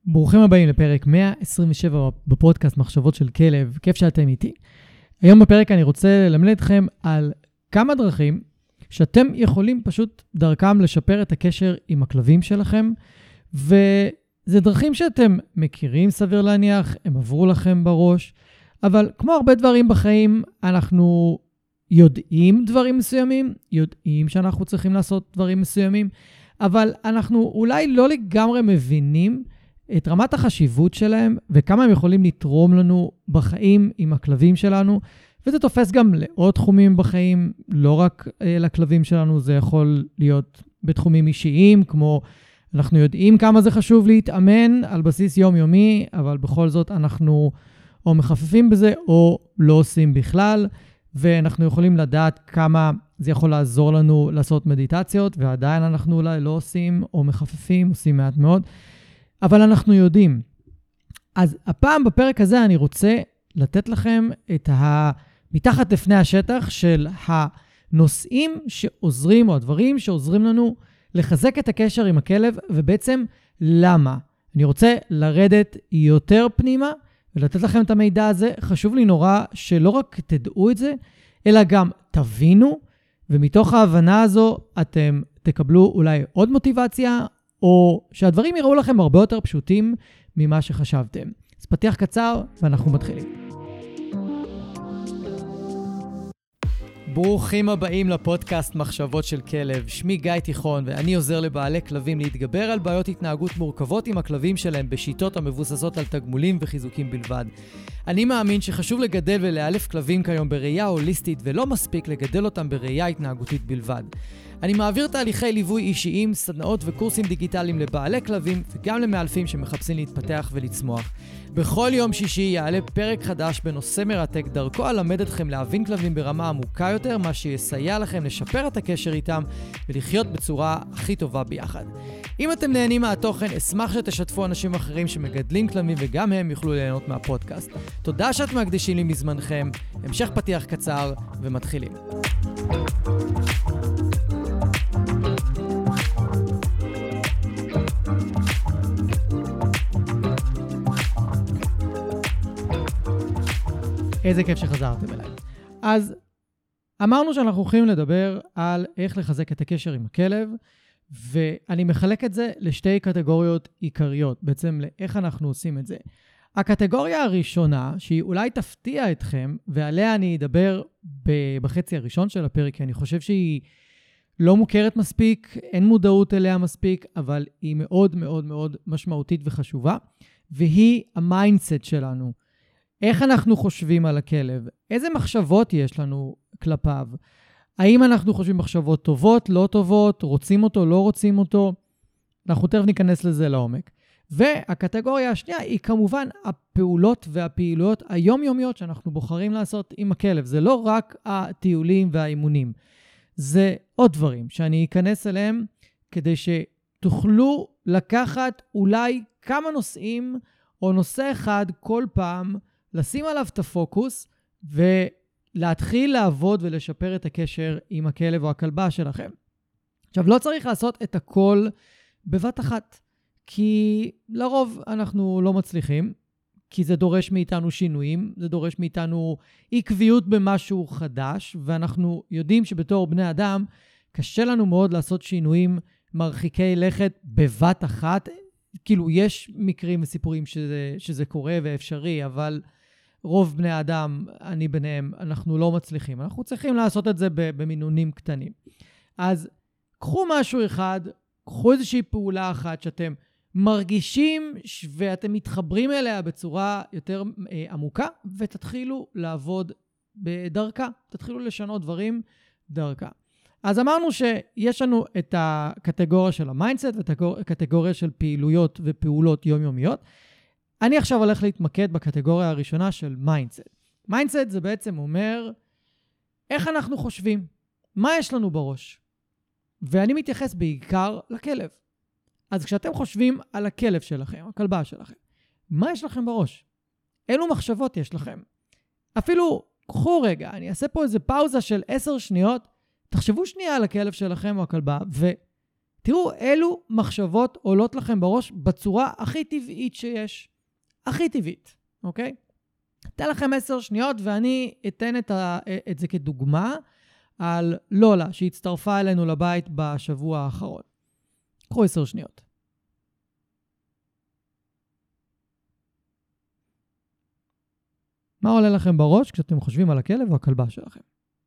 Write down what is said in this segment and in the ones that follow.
ברוכים הבאים לפרק 127 בפודקאסט מחשבות של כלב, כיף שאתם איתי. היום בפרק אני רוצה ללמד אתכם על כמה דרכים שאתם יכולים פשוט דרכם לשפר את הקשר עם הכלבים שלכם, וזה דרכים שאתם מכירים סביר להניח, הם עברו לכם בראש, אבל כמו הרבה דברים בחיים, אנחנו יודעים דברים מסוימים, יודעים שאנחנו צריכים לעשות דברים מסוימים, אבל אנחנו אולי לא לגמרי מבינים את רמת החשיבות שלהם, וכמה הם יכולים לתרום לנו בחיים עם הכלבים שלנו, וזה תופס גם לעוד תחומים בחיים, לא רק לכלבים שלנו, זה יכול להיות בתחומים אישיים, כמו אנחנו יודעים כמה זה חשוב להתאמן על בסיס יומיומי, אבל בכל זאת אנחנו או מחפפים בזה, או לא עושים בכלל, ואנחנו יכולים לדעת כמה זה יכול לעזור לנו לעשות מדיטציות, ועדיין אנחנו אולי לא עושים, או מחפפים, עושים מעט מאוד, אבל אנחנו יודעים. אז הפעם בפרק הזה אני רוצה לתת לכם את מתחת לפני השטח של הנושאים שעוזרים, או הדברים שעוזרים לנו לחזק את הקשר עם הכלב, ובעצם למה. אני רוצה לרדת יותר פנימה, ולתת לכם את המידע הזה. חשוב לי נורא שלא רק תדעו את זה, אלא גם תבינו, ומתוך ההבנה הזו אתם תקבלו אולי עוד מוטיבציה, או שהדברים יראו לכם הרבה יותר פשוטים ממה שחשבתם. אז פתיח קצר ואנחנו מתחילים. ברוכים הבאים לפודקאסט מחשבות של כלב. שמי גיא תיכון ואני עוזר לבעלי כלבים להתגבר על בעיות התנהגות מורכבות עם הכלבים שלהם בשיטות המבוססות על תגמולים וחיזוקים בלבד. אני מאמין שחשוב לגדל ולאלף כלבים כיום בראייה הוליסטית ולא מספיק לגדל אותם בראייה התנהגותית בלבד. אני מעביר תהליכי ליווי אישיים, סדנאות וקורסים דיגיטליים לבעלי כלבים וגם למאלפים שמחפשים להתפתח ולצמוח. בכל יום שישי יעלה פרק חדש בנושא מרתק, דרכו אלמד אתכם להבין כלבים ברמה עמוקה יותר, מה שיסייע לכם לשפר את הקשר איתם ולחיות בצורה הכי טובה ביחד. אם אתם נהנים מהתוכן, אשמח שתשתפו אנשים אחרים שמגדלים כלבים וגם הם יוכלו ליהנות מהפודקאסט. תודה שאת מקדישים לי מזמנכם, המשך פתיח קצר ומתחילים. איזה כיף שחזרתם אליי. אז אמרנו שאנחנו הולכים לדבר על איך לחזק את הקשר עם הכלב, ואני מחלק את זה לשתי קטגוריות עיקריות, בעצם לאיך אנחנו עושים את זה. הקטגוריה הראשונה, שהיא אולי תפתיע אתכם, ועליה אני אדבר בחצי הראשון של הפרק, כי אני חושב שהיא לא מוכרת מספיק, אין מודעות אליה מספיק, אבל היא מאוד מאוד מאוד משמעותית וחשובה, והיא המיינדסט שלנו. איך אנחנו חושבים על הכלב? איזה מחשבות יש לנו כלפיו? האם אנחנו חושבים מחשבות טובות, לא טובות, רוצים אותו, לא רוצים אותו? אנחנו תכף ניכנס לזה לעומק. והקטגוריה השנייה היא כמובן הפעולות והפעילויות היומיומיות שאנחנו בוחרים לעשות עם הכלב. זה לא רק הטיולים והאימונים. זה עוד דברים שאני אכנס אליהם כדי שתוכלו לקחת אולי כמה נושאים או נושא אחד כל פעם, לשים עליו את הפוקוס ולהתחיל לעבוד ולשפר את הקשר עם הכלב או הכלבה שלכם. עכשיו, לא צריך לעשות את הכל בבת אחת, כי לרוב אנחנו לא מצליחים, כי זה דורש מאיתנו שינויים, זה דורש מאיתנו עקביות במשהו חדש, ואנחנו יודעים שבתור בני אדם קשה לנו מאוד לעשות שינויים מרחיקי לכת בבת אחת. כאילו יש מקרים וסיפורים שזה קורה ואפשרי, אבל רוב בני האדם, אני ביניהם, אנחנו לא מצליחים. אנחנו צריכים לעשות את זה במינונים קטנים. אז קחו משהו אחד, קחו איזושהי פעולה אחת שאתם מרגישים ואתם מתחברים אליה בצורה יותר עמוקה, ותתחילו לעבוד בדרכה. תתחילו לשנות דברים דרכה. אז אמרנו שיש לנו את הקטגוריה של המיינדסט ואת הקטגוריה של פעילויות ופעולות יומיומיות. אני עכשיו הולך להתמקד בקטגוריה הראשונה של מיינדסט. מיינדסט זה בעצם אומר איך אנחנו חושבים, מה יש לנו בראש. ואני מתייחס בעיקר לכלב. אז כשאתם חושבים על הכלב שלכם, הכלבה שלכם, מה יש לכם בראש? אילו מחשבות יש לכם? אפילו קחו רגע, אני אעשה פה איזה פאוזה של 10 שניות, תחשבו שנייה על הכלב שלכם או הכלבה, תראו אילו מחשבות עולות לכם בראש בצורה הכי טבעית שיש. הכי טבעית, אוקיי? אתן לכם 10 שניות ואני אתן את זה כדוגמה על לולה שהצטרפה אלינו לבית בשבוע האחרון. קחו 10 שניות. מה עולה לכם בראש כשאתם חושבים על הכלב או הכלבה שלכם?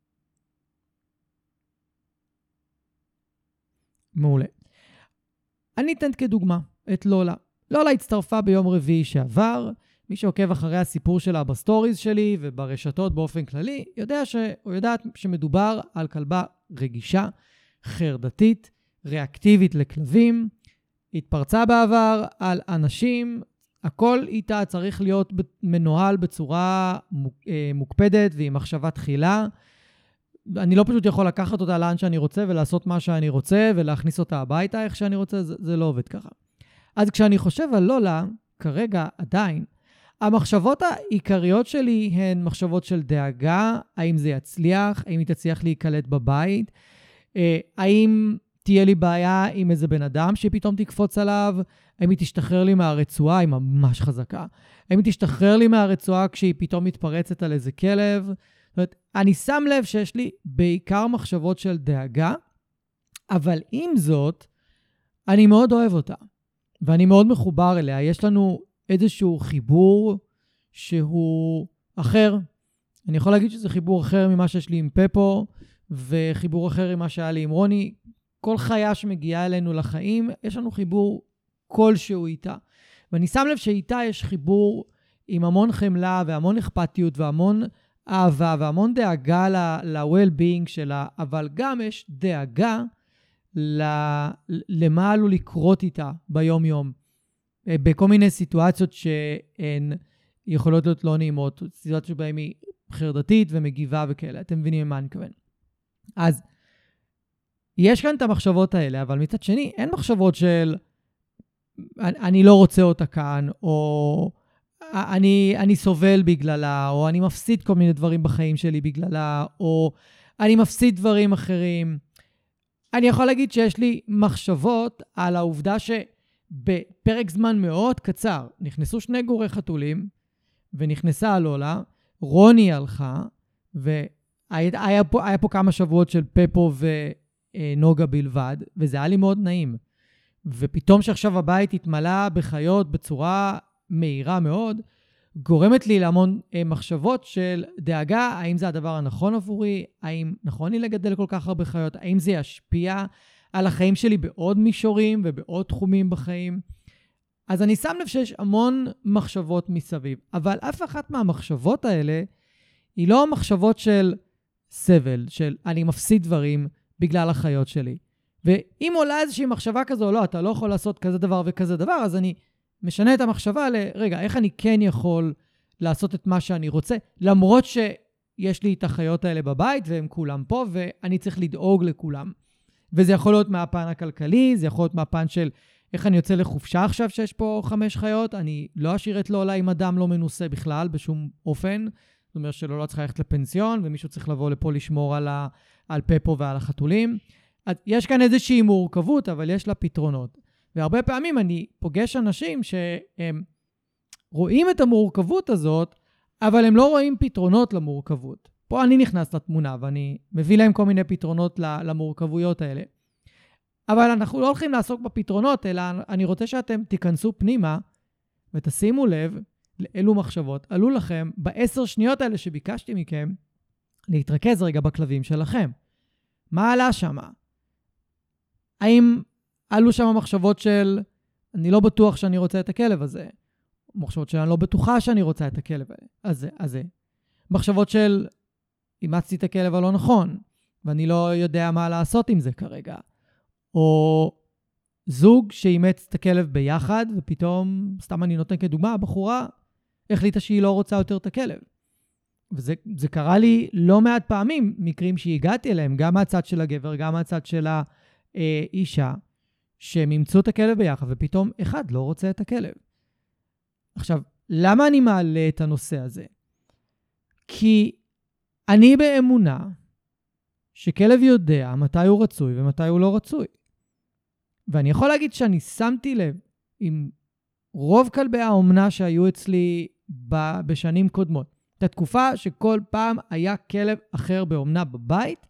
מעולה. אני אתן כדוגמה את לולה. לולה הצטרפה ביום רביעי שעבר. מי שעוקב אחרי הסיפור שלה בסטוריז שלי וברשתות באופן כללי, יודעת שמדובר על כלבה רגישה, חרדתית, ריאקטיבית לכלבים, התפרצה בעבר על אנשים, הכל איתה צריך להיות מנוהל בצורה מוקפדת ועם מחשבה תחילה. אני לא פשוט יכול לקחת אותה לאן שאני רוצה ולעשות מה שאני רוצה ולהכניס אותה הביתה איך שאני רוצה, זה לא עובד ככה. אז כשאני חושב על לולה, כרגע עדיין, המחשבות העיקריות שלי הן מחשבות של דאגה, האם זה יצליח, האם היא תצליח להיקלט בבית, האם תהיה לי בעיה עם איזה בן אדם שפתאום תקפוץ עליו, האם היא תשתחרר לי מהרצועה, היא ממש חזקה, האם היא תשתחרר לי מהרצועה כשהיא פתאום מתפרצת על איזה כלב. זאת אומרת, אני שם לב שיש לי בעיקר מחשבות של דאגה, אבל עם זאת, אני מאוד אוהב אותה, ואני מאוד מחובר אליה. יש לנו איזשהו חיבור שהוא אחר. אני יכול להגיד שזה חיבור אחר ממה שיש לי עם פפו, וחיבור אחר ממה שהיה לי עם רוני. כל חיה שמגיעה אלינו לחיים, יש לנו חיבור כלשהו איתה. ואני שם לב שאיתה יש חיבור עם המון חמלה, והמון אכפתיות, והמון אהבה, והמון דאגה ל-well-being שלה, אבל גם יש דאגה למה עלול לקרות איתה ביום-יום. בכל מיני סיטואציות שהן יכולות להיות לא נעימות, סיטואציות שבהן היא חרדתית ומגיבה וכאלה. אתם מבינים מה אני מתכוון. אז יש כאן את המחשבות האלה, אבל מצד שני, אין מחשבות של אני לא רוצה אותה כאן, או אני סובל בגללה, או אני מפסיד כל מיני דברים בחיים שלי בגללה, או אני מפסיד דברים אחרים. אני יכול להגיד שיש לי מחשבות על העובדה שבפרק זמן מאוד קצר נכנסו 2 גורי חתולים, ונכנסה לולה, רוני הלכה, והיה פה כמה שבועות של פפו ונוגה בלבד, וזה היה לי מאוד נעים. ופתאום שעכשיו הבית התמלא בחיות בצורה מהירה מאוד, גורמת לי להמון מחשבות של דאגה, האם זה הדבר הנכון עבורי, האם נכון לי לגדל כל כך הרבה חיות, האם זה ישפיע על החיים שלי בעוד מישורים ובעוד תחומים בחיים. אז אני שם לב שיש המון מחשבות מסביב, אבל אף אחת מהמחשבות האלה היא לא מחשבות של סבל, של אני מפסיד דברים בגלל החיות שלי. ואם עולה איזושהי מחשבה כזו, לא, אתה לא יכול לעשות כזה דבר וכזה דבר, אז אני משנה את המחשבה רגע, איך אני כן יכול לעשות את מה שאני רוצה, למרות שיש לי את החיות האלה בבית, והם כולם פה, ואני צריך לדאוג לכולם. וזה יכול להיות מהפן הכלכלי, זה יכול להיות מהפן של איך אני יוצא לחופשה עכשיו שיש פה 5 חיות, אני לא אשאיר את לולה עם אדם לא מנוסה בכלל, בשום אופן. זאת אומרת שלולה צריכה ללכת לפנסיון, ומישהו צריך לבוא לפה לשמור על פפו ועל החתולים. אז יש כאן איזושהי מורכבות, אבל יש לה פתרונות. והרבה פעמים אני פוגש אנשים שהם רואים את המורכבות הזאת, אבל הם לא רואים פתרונות למורכבות. פה אני נכנס לתמונה, ואני מביא להם כל מיני פתרונות למורכבויות האלה. אבל אנחנו לא הולכים לעסוק בפתרונות, אלא אני רוצה שאתם תיכנסו פנימה, ותשימו לב לאילו מחשבות עלו לכם ב10 שניות האלה שביקשתי מכם, להתרכז רגע בכלבים שלכם. מה עלה שם? האם עלו שם מחשבות של אני לא בטוח שאני רוצה את הכלב הזה? מחשבות של אני לא בטוחה שאני רוצה את הכלב הזה. מחשבות של אימצתי את הכלב הלא נכון, ואני לא יודע מה לעשות עם זה כרגע. או זוג שאימץ את הכלב ביחד, ופתאום, סתם אני נותן כדוגמה, הבחורה החליטה שהיא לא רוצה יותר את הכלב. וזה קרה לי לא מעט פעמים, מקרים שהגעתי אליהם, גם מהצד של הגבר, גם מהצד של האישה, שהם אימצו את הכלב ביחד, ופתאום אחד לא רוצה את הכלב. עכשיו, למה אני מעלה את הנושא הזה? כי אני באמונה שכלב יודע מתי הוא רצוי ומתי הוא לא רצוי. ואני יכול להגיד שאני שמתי לב עם רוב כלבי האומנה שהיו אצלי בשנים קודמות. את התקופה שכל פעם היה כלב אחר באומנה בבית,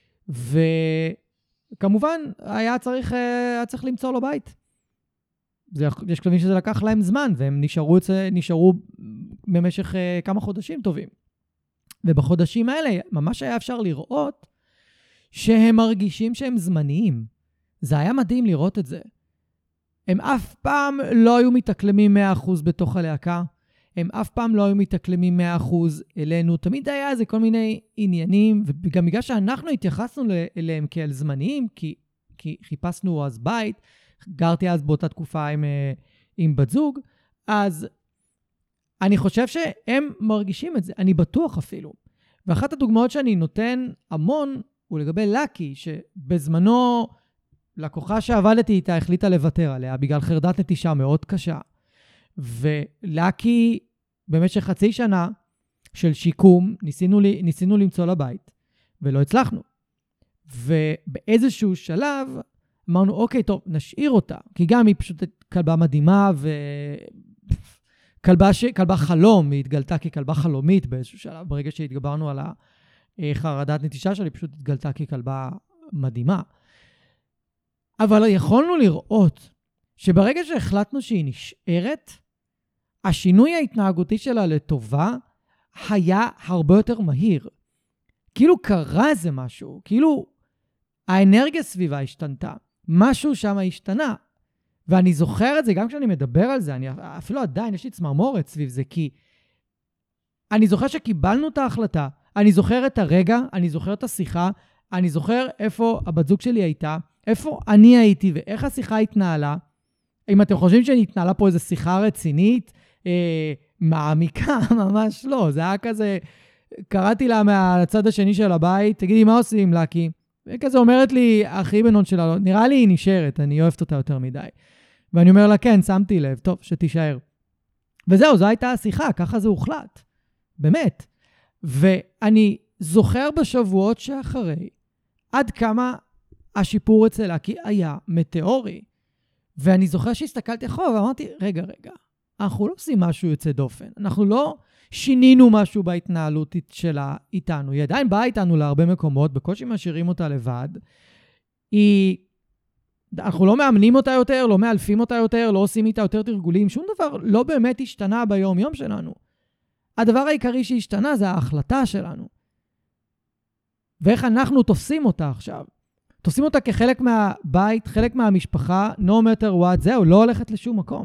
וכמובן היה צריך למצוא לו בית. יש כלבים שזה לקח להם זמן, והם נשארו במשך כמה חודשים טובים. ובחודשים האלה ממש היה אפשר לראות שהם מרגישים שהם זמניים. זה היה מדהים לראות את זה. הם אף פעם לא היו מתאקלמים 100% בתוך הלהקה. הם אף פעם לא היו מתאקלמים 100% אלינו. תמיד היה איזה כל מיני עניינים, וגם בגלל שאנחנו התייחסנו אליהם כאל זמניים, כי חיפשנו אז בית, גרתי אז באותה תקופה עם בת זוג, אז אני חושב שהם מרגישים את זה, אני בטוח אפילו. ואחת הדוגמאות שאני נותן המון, הוא לגבי לקי, שבזמנו לקוחה שעבדתי איתה החליטה לוותר עליה, בגלל חרדת נטישה מאוד קשה. ולקי במשך חצי שנה של שיקום, ניסינו למצוא לה בית, ולא הצלחנו. ובאיזשהו שלב, אמרנו, אוקיי, טוב, נשאיר אותה, כי גם היא פשוט כלבה מדהימה, כלבה חלום, היא התגלתה ככלבה חלומית באיזשהו שלב, ברגע שהתגברנו על החרדת נטישה שלי, פשוט התגלתה ככלבה מדהימה. אבל יכולנו לראות שברגע שהחלטנו שהיא נשארת, השינוי ההתנהגותי שלה לטובה היה הרבה יותר מהיר. כאילו קרה איזה משהו, כאילו האנרגיה סביבה השתנתה, משהו שם השתנה. ואני זוכר את זה, גם כשאני מדבר על זה, אפילו עדיין יש לי צמרמורת סביב זה, כי אני זוכר שקיבלנו את ההחלטה, אני זוכר את הרגע, אני זוכר את השיחה, אני זוכר איפה הבת זוג שלי הייתה, איפה אני הייתי ואיך השיחה התנהלה. אם אתם חושבים שאני התנהלה פה איזו שיחה רצינית, מעמיקה, ממש לא. זה היה כזה, קראתי לה מהצד השני של הבית, תגידי, מה עושים, לקי? וכזה אומרת לי, הכי בנון שלה, נראה לי היא נשארת, אני אוהבת אותה יותר מדי. ואני אומר לה, כן, שמתי לב, טוב, שתישאר. וזהו, זו הייתה השיחה, ככה זה הוחלט. באמת. ואני זוכר בשבועות שאחרי, עד כמה השיפור אצל לקי היה מטאורי. ואני זוכר שהסתכלתי אחורה ואמרתי, רגע, אנחנו לא עושים משהו יוצא דופן. אנחנו לא שינינו משהו בהתנהלות שלה איתנו. היא עדיין באה איתנו להרבה מקומות, בקושי משאירים אותה לבד. אנחנו לא מאמנים אותה יותר, לא מאלפים אותה יותר, לא עושים איתה יותר תרגולים. שום דבר לא באמת השתנה ביום יום שלנו. הדבר העיקרי שהשתנה זה ההחלטה שלנו. ואיך אנחנו תופסים אותה עכשיו. תופסים אותה כחלק מהבית, חלק מהמשפחה, no matter what, זהו, לא הולכת לשום מקום.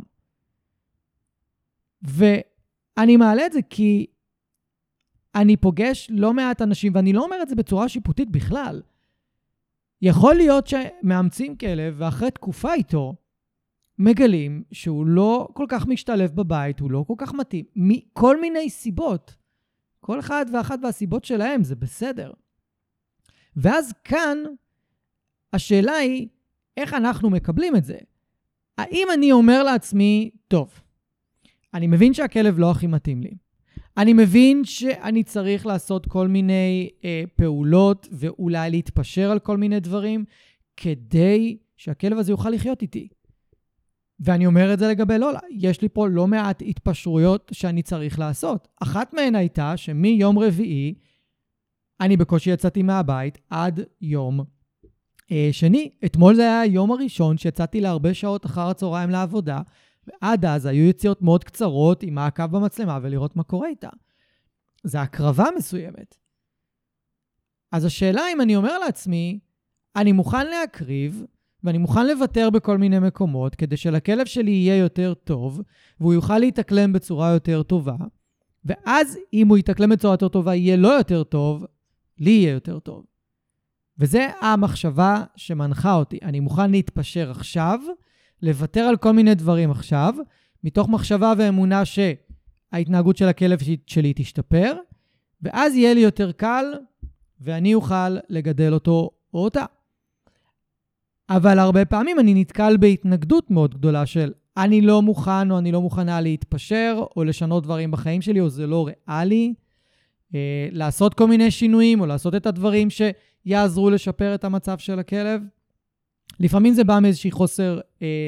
ואני מעלה את זה כי אני פוגש לא מעט אנשים, ואני לא אומר את זה בצורה שיפוטית בכלל. יכול להיות שמאמצים כלב, ואחרי תקופה איתו, מגלים שהוא לא כל כך משתלב בבית, הוא לא כל כך מתאים, מכל מיני סיבות. כל אחד ואחת והסיבות שלהם, זה בסדר. ואז כאן, השאלה היא, איך אנחנו מקבלים את זה? האם אני אומר לעצמי, טוב, אני מבין שהכלב לא הכי מתאים לי. אני מבין שאני צריך לעשות כל מיני פעולות, ואולי להתפשר על כל מיני דברים, כדי שהכלב הזה יוכל לחיות איתי. ואני אומר את זה לגבי לולה. יש לי פה לא מעט התפשרויות שאני צריך לעשות. אחת מהן הייתה שמיום רביעי, אני בקושי יצאתי מהבית עד יום שני. אתמול זה היה היום הראשון שיצאתי להרבה שעות אחר הצהריים לעבודה, ועד אז היו יציאות מאוד קצרות עם מעקב במצלמה ולראות מה קורה איתה. זה הקרבה מסוימת. אז השאלה אם אני אומר לעצמי, אני מוכן להקריב, ואני מוכן לוותר בכל מיני מקומות, כדי שלכלב שלי יהיה יותר טוב, והוא יוכל להתאקלם בצורה יותר טובה, ואז אם הוא יתאקלם בצורה יותר טובה, יהיה לו יותר טוב, לי יהיה יותר טוב. וזה המחשבה שמנחה אותי. אני מוכן להתפשר עכשיו, לוותר על כל מיני דברים עכשיו, מתוך מחשבה ואמונה שההתנהגות של הכלב שלי תשתפר, ואז יהיה לי יותר קל, ואני אוכל לגדל אותו או אותה. אבל הרבה פעמים אני נתקל בהתנגדות מאוד גדולה של אני לא מוכן או אני לא מוכנה להתפשר, או לשנות דברים בחיים שלי, או זה לא ריאלי, לעשות כל מיני שינויים, או לעשות את הדברים שיעזרו לשפר את המצב של הכלב. לפעמים זה בא מאיזושהי חוסר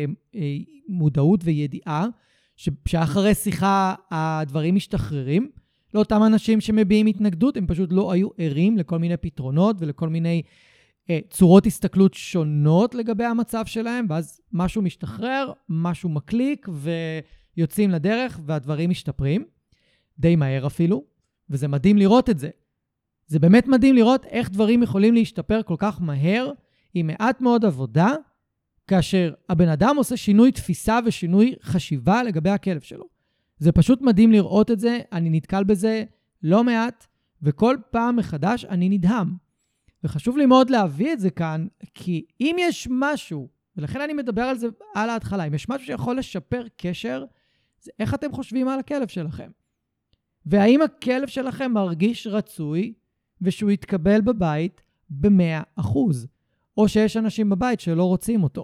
מודעות וידיעה, שאחרי שיחה הדברים משתחררים. לאותם אנשים שמביעים התנגדות, הם פשוט לא היו ערים לכל מיני פתרונות ולכל מיני צורות הסתכלות שונות לגבי המצב שלהם, ואז משהו משתחרר, משהו מקליק, ויוצאים לדרך, והדברים משתפרים, די מהר אפילו, וזה מדהים לראות את זה. זה באמת מדהים לראות איך דברים יכולים להשתפר כל כך מהר, עם מעט מאוד עבודה, כאשר הבן אדם עושה שינוי תפיסה ושינוי חשיבה לגבי הכלב שלו. זה פשוט מדהים לראות את זה, אני נתקל בזה לא מעט, וכל פעם מחדש אני נדהם. וחשוב לי מאוד להביא את זה כאן, כי אם יש משהו, ולכן אני מדבר על זה על ההתחלה, אם יש משהו שיכול לשפר קשר, זה איך אתם חושבים על הכלב שלכם. והאם הכלב שלכם מרגיש רצוי, ושהוא יתקבל בבית ב100%, או שיש אנשים בבית שלא רוצים אותו.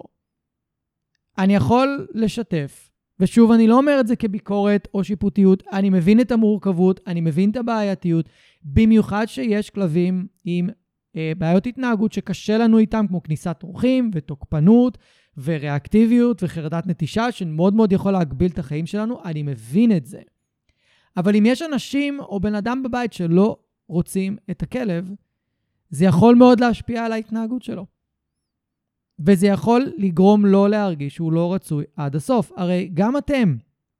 אני יכול לשתף, ושוב, אני לא אומר את זה כביקורת או שיפוטיות, אני מבין את המורכבות, אני מבין את הבעייתיות, במיוחד שיש כלבים עם בעיות התנהגות שקשה לנו איתם, כמו כניסת אורחים ותוקפנות וריאקטיביות וחרדת נטישה, שמאוד מאוד יכול להגביל את החיים שלנו, אני מבין את זה. אבל אם יש אנשים או בן אדם בבית שלא רוצים את הכלב, זה יכול מאוד להשפיע על ההתנהגות שלו. וזה יכול לגרום לו להרגיש שהוא לא רצוי עד הסוף. הרי גם אתם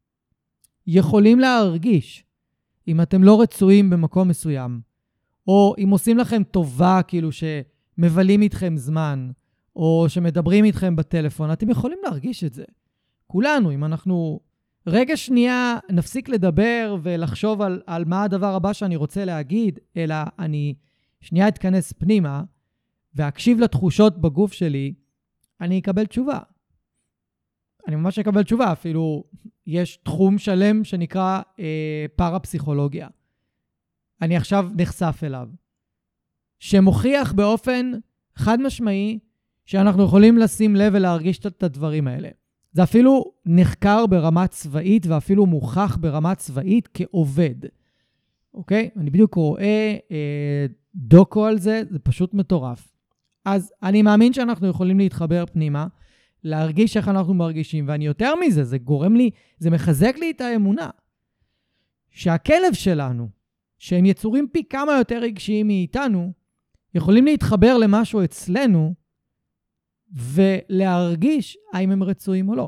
יכולים להרגיש, אם אתם לא רצויים במקום מסוים, או אם עושים לכם טובה, כאילו שמבלים איתכם זמן, או שמדברים איתכם בטלפון, אתם יכולים להרגיש את זה. כולנו, אם אנחנו רגע שנייה נפסיק לדבר ולחשוב על מה הדבר הבא שאני רוצה להגיד, אלא אני שנייה אתכנס פנימה, ואקשיב לתחושות בגוף שלי, אני אקבל תשובה. אני ממש אקבל תשובה, אפילו יש תחום שלם שנקרא פרפסיכולוגיה. אני עכשיו נחשף אליו. שמוכיח באופן חד משמעי, שאנחנו יכולים לשים לב ולהרגיש את הדברים האלה. זה אפילו נחקר ברמה צבאית, ואפילו מוכח ברמה צבאית כעובד. אוקיי? אני בדיוק רואה דוקו על זה, זה פשוט מטורף. אז אני מאמין שאנחנו יכולים להתחבר פנימה, להרגיש איך אנחנו מרגישים, ואני יותר מזה, זה גורם לי, זה מחזק לי את האמונה, שהכלב שלנו, שהם יצורים פי כמה יותר רגשיים מאיתנו, יכולים להתחבר למשהו אצלנו, ולהרגיש האם הם רצויים או לא.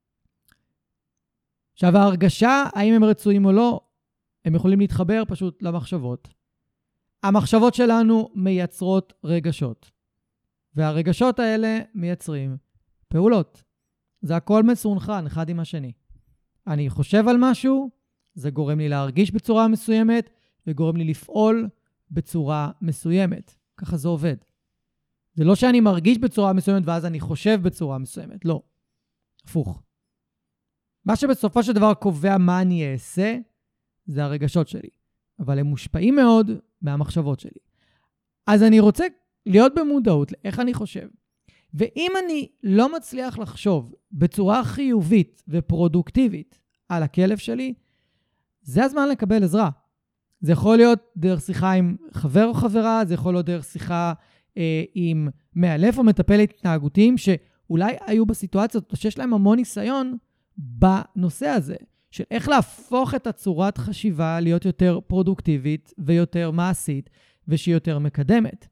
עכשיו, ההרגשה האם הם רצויים או לא, הם יכולים להתחבר פשוט למחשבות. המחשבות שלנו מייצרות רגשות. והרגשות האלה מייצרים פעולות. זה הכל מסונכרן אחד עם השני. אני חושב על משהו, זה גורם לי להרגיש בצורה מסוימת, וגורם לי לפעול בצורה מסוימת. ככה זה עובד. זה לא שאני מרגיש בצורה מסוימת, ואז אני חושב בצורה מסוימת. לא. הפוך. מה שבסופו של דבר קובע מה אני אעשה, זה הרגשות שלי. אבל הם מושפעים מאוד מהמחשבות שלי. אז אני רוצה להיות במודעות לאיך אני חושב. ואם אני לא מצליח לחשוב בצורה חיובית ופרודוקטיבית על הכלב שלי, זה הזמן לקבל עזרה. זה יכול להיות דרך שיחה עם חבר או חברה, זה יכול להיות דרך שיחה עם מאלף או מטפל התנהגותיים, שאולי היו בסיטואציות שיש להם המון ניסיון בנושא הזה, של איך להפוך את הצורת חשיבה להיות יותר פרודוקטיבית ויותר מעשית, ושהיא יותר מקדמת.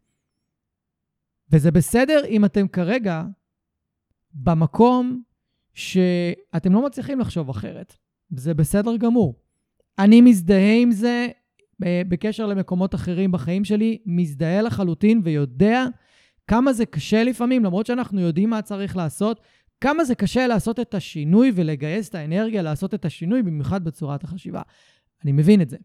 וזה בסדר אם אתם כרגע במקום שאתם לא מצליחים לחשוב אחרת. זה בסדר גמור. אני מזדהה עם זה בקשר למקומות אחרים בחיים שלי, מזדהה לחלוטין ויודע כמה זה קשה לפעמים, למרות שאנחנו יודעים מה צריך לעשות, כמה זה קשה לעשות את השינוי ולגייס את האנרגיה לעשות את השינוי, במיוחד בצורת החשיבה. אני מבין את זה.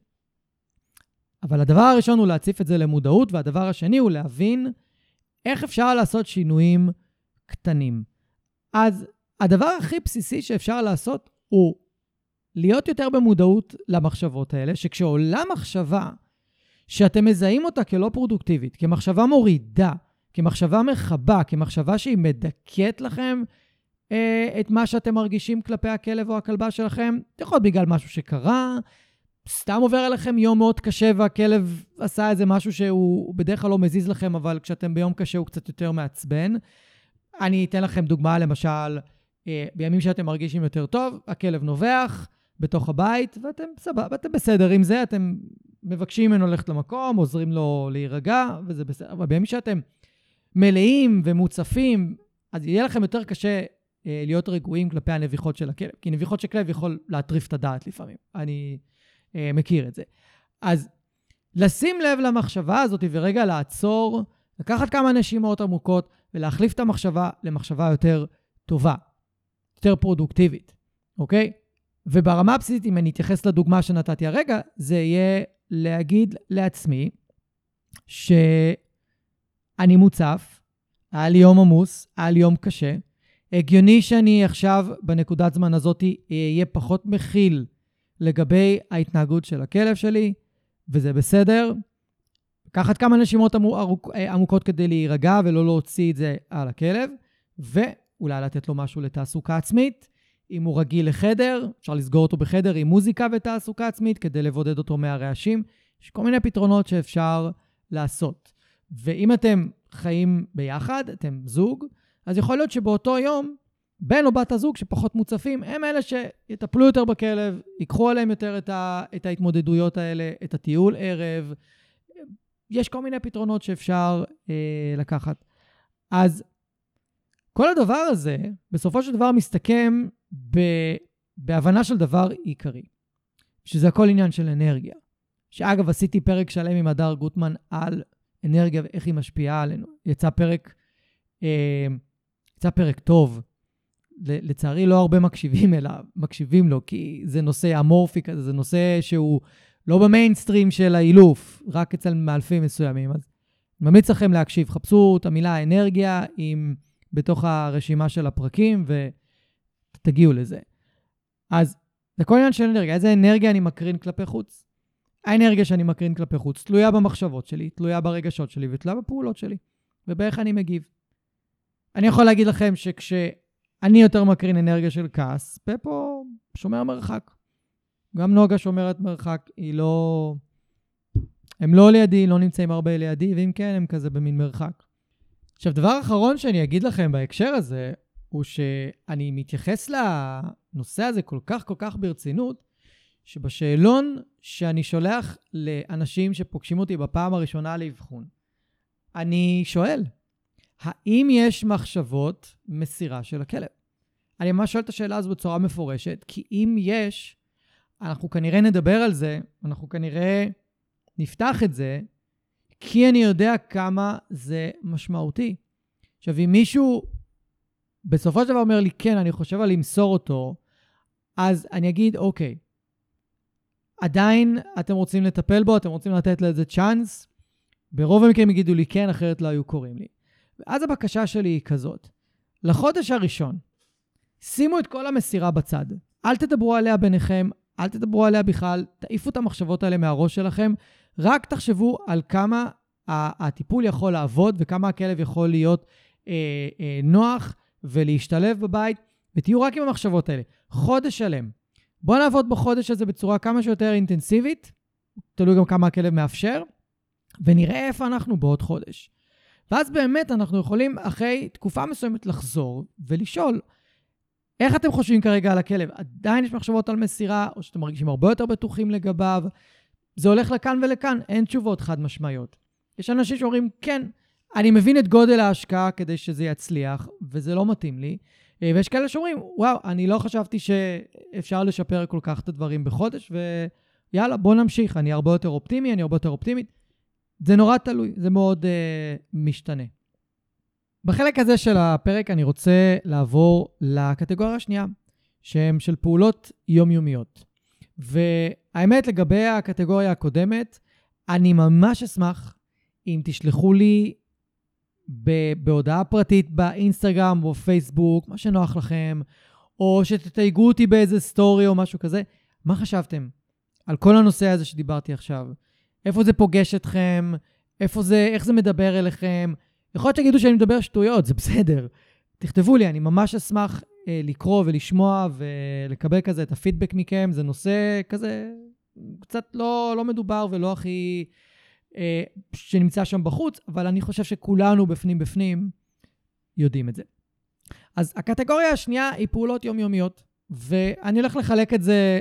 אבל הדבר הראשון הוא להציף את זה למודעות, והדבר השני הוא להבין איך אפשר לעשות שינויים קטנים. אז הדבר הכי בסיסי שאפשר לעשות הוא להיות יותר במודעות למחשבות האלה, שכשעולה מחשבה שאתם מזהים אותה כלא פרודוקטיבית, כמחשבה מורידה, כמחשבה מחבה, כמחשבה שהיא מדכאת לכם את מה שאתם מרגישים כלפי הכלב או הכלבה שלכם, יכול להיות בגלל משהו שקרה, סתם עובר עליכם יום מאוד קשה והכלב עשה איזה משהו שהוא בדרך כלל לא מזיז לכם, אבל כשאתם ביום קשה הוא קצת יותר מעצבן. אני אתן לכם דוגמה, למשל, בימים שאתם מרגישים יותר טוב, הכלב נובח בתוך הבית, ואתם סבבה, אתם בסדר עם זה, אתם מבקשים ממנו ללכת למקום, עוזרים לו להירגע, וזה בסדר. אבל בימים שאתם מלאים ומוצפים, אז יהיה לכם יותר קשה להיות רגועים כלפי הנביחות של הכלב, כי נביחות של כלב יכול להטריף את הדעת לפעמים. אני מכיר את זה. אז לשים לב למחשבה הזאת ורגע לעצור, לקחת כמה נשימות עמוקות ולהחליף את המחשבה למחשבה יותר טובה, יותר פרודוקטיבית, אוקיי? וברמה הבסיסית, אם אני אתייחס לדוגמה שנתתי הרגע, זה יהיה להגיד לעצמי שאני מוצף, היה לי יום עמוס, היה לי יום קשה, הגיוני שאני עכשיו בנקודת זמן הזאת אהיה פחות מכיל לגבי ההתנהגות של הכלב שלי, וזה בסדר. לקחת כמה נשימות עמוקות כדי להירגע ולא להוציא את זה על הכלב, ואולי לתת לו משהו לתעסוקה עצמית. אם הוא רגיל לחדר, אפשר לסגור אותו בחדר עם מוזיקה ותעסוקה עצמית כדי לבודד אותו מהרעשים. יש כל מיני פתרונות שאפשר לעשות. ואם אתם חיים ביחד, אתם זוג, אז יכול להיות שבאותו יום, בן או בת הזוג שפחות מוצפים, הם אלה שיטפלו יותר בכלב, ייקחו עליהם יותר את ההתמודדויות האלה, את הטיול ערב. יש כל מיני פתרונות שאפשר לקחת. אז כל הדבר הזה, בסופו של דבר מסתכם בהבנה של דבר עיקרי, שזה הכל עניין של אנרגיה. שאגב, עשיתי פרק שלם עם הדר גוטמן על אנרגיה ואיך היא משפיעה עלינו. יצא פרק טוב. לצערי לא הרבה מקשיבים לו, כי זה נושא אמורפי כזה, זה נושא שהוא לא במיינסטרים של האילוף, רק אצל מאלפים מסוימים. אז ממליץ לכם להקשיב, חפשו את המילה אנרגיה בתוך הרשימה של הפרקים, ותגיעו לזה. אז זה כל עניין של אנרגיה. איזה אנרגיה אני מקרין כלפי חוץ? האנרגיה שאני מקרין כלפי חוץ תלויה במחשבות שלי, תלויה ברגשות שלי, ותלויה בפעולות שלי, ובאיך אני מגיב. אני יכול להגיד לכם שכשאני יותר מקרין אנרגיה של כעס, פפו שומר מרחק. גם נוגה שומרת מרחק, הם לא לידי, לא נמצאים הרבה לידי, ואם כן, הם כזה במין מרחק. עכשיו, דבר אחרון שאני אגיד לכם בהקשר הזה, הוא שאני מתייחס לנושא הזה כל כך ברצינות, שבשאלון שאני שולח לאנשים שפוגשים אותי בפעם הראשונה לאבחון, אני שואל, האם יש מחשבות מסירה של הכלב? אני ממש שואל את השאלה הזו בצורה מפורשת, כי אם יש, אנחנו כנראה נדבר על זה, אנחנו כנראה נפתח את זה, כי אני יודע כמה זה משמעותי. עכשיו, אם מישהו בסופו של דבר אומר לי, כן, אני חושב על למסור אותו, אז אני אגיד, אוקיי, עדיין אתם רוצים לטפל בו, אתם רוצים לתת לזה צ'אנס, ברוב המקרים יגידו לי כן, אחרת לא היו קוראים לי. ואז הבקשה שלי היא כזאת, לחודש הראשון, שימו את כל המסירה בצד, אל תדברו עליה ביניכם, אל תדברו עליה בכלל, תעיפו את המחשבות האלה מהראש שלכם, רק תחשבו על כמה הטיפול יכול לעבוד, וכמה הכלב יכול להיות נוח ולהשתלב בבית, ותהיו רק עם המחשבות האלה. חודש שלם. בואו נעבוד בחודש הזה בצורה כמה שיותר אינטנסיבית, תלוי גם כמה הכלב מאפשר, ונראה איפה אנחנו בעוד חודש. ואז באמת אנחנו יכולים אחרי תקופה מסוימת לחזור ולשאול, איך אתם חושבים כרגע על הכלב? עדיין יש מחשבות על מסירה, או שאתם מרגישים הרבה יותר בטוחים לגביו? זה הולך לכאן ולכאן, אין תשובות חד משמעיות. יש אנשים שאומרים, כן, אני מבין את גודל ההשקעה כדי שזה יצליח, וזה לא מתאים לי. ויש כאלה שאומרים, וואו, אני לא חשבתי שאפשר לשפר כל כך את הדברים בחודש, ויאללה, בוא נמשיך, אני הרבה יותר אופטימי, אני הרבה יותר אופטימית. זה נורא תלוי, זה מאוד משתנה. בחלק הזה של הפרק אני רוצה לעבור לקטגוריה השנייה, שהן של פעולות יומיומיות. והאמת לגבי הקטגוריה הקודמת, אני ממש אשמח אם תשלחו לי בהודעה פרטית באינסטגרם או פייסבוק, מה שנוח לכם, או שתתייגו אותי באיזה סטורי או משהו כזה. מה חשבתם על כל הנושא הזה שדיברתי עכשיו? איפה זה פוגש אתכם? איך זה מדבר אליכם? יכול להיות שתגידו שאני מדבר שטויות, זה בסדר. תכתבו לי, אני ממש אשמח לקרוא ולשמוע ולקבל כזה את הפידבק מכם. זה נושא כזה קצת לא מדובר ולא הכי שנמצא שם בחוץ, אבל אני חושב שכולנו בפנים יודעים את זה. אז הקטגוריה השנייה היא פעולות יומיומיות, ואני הולך לחלק את זה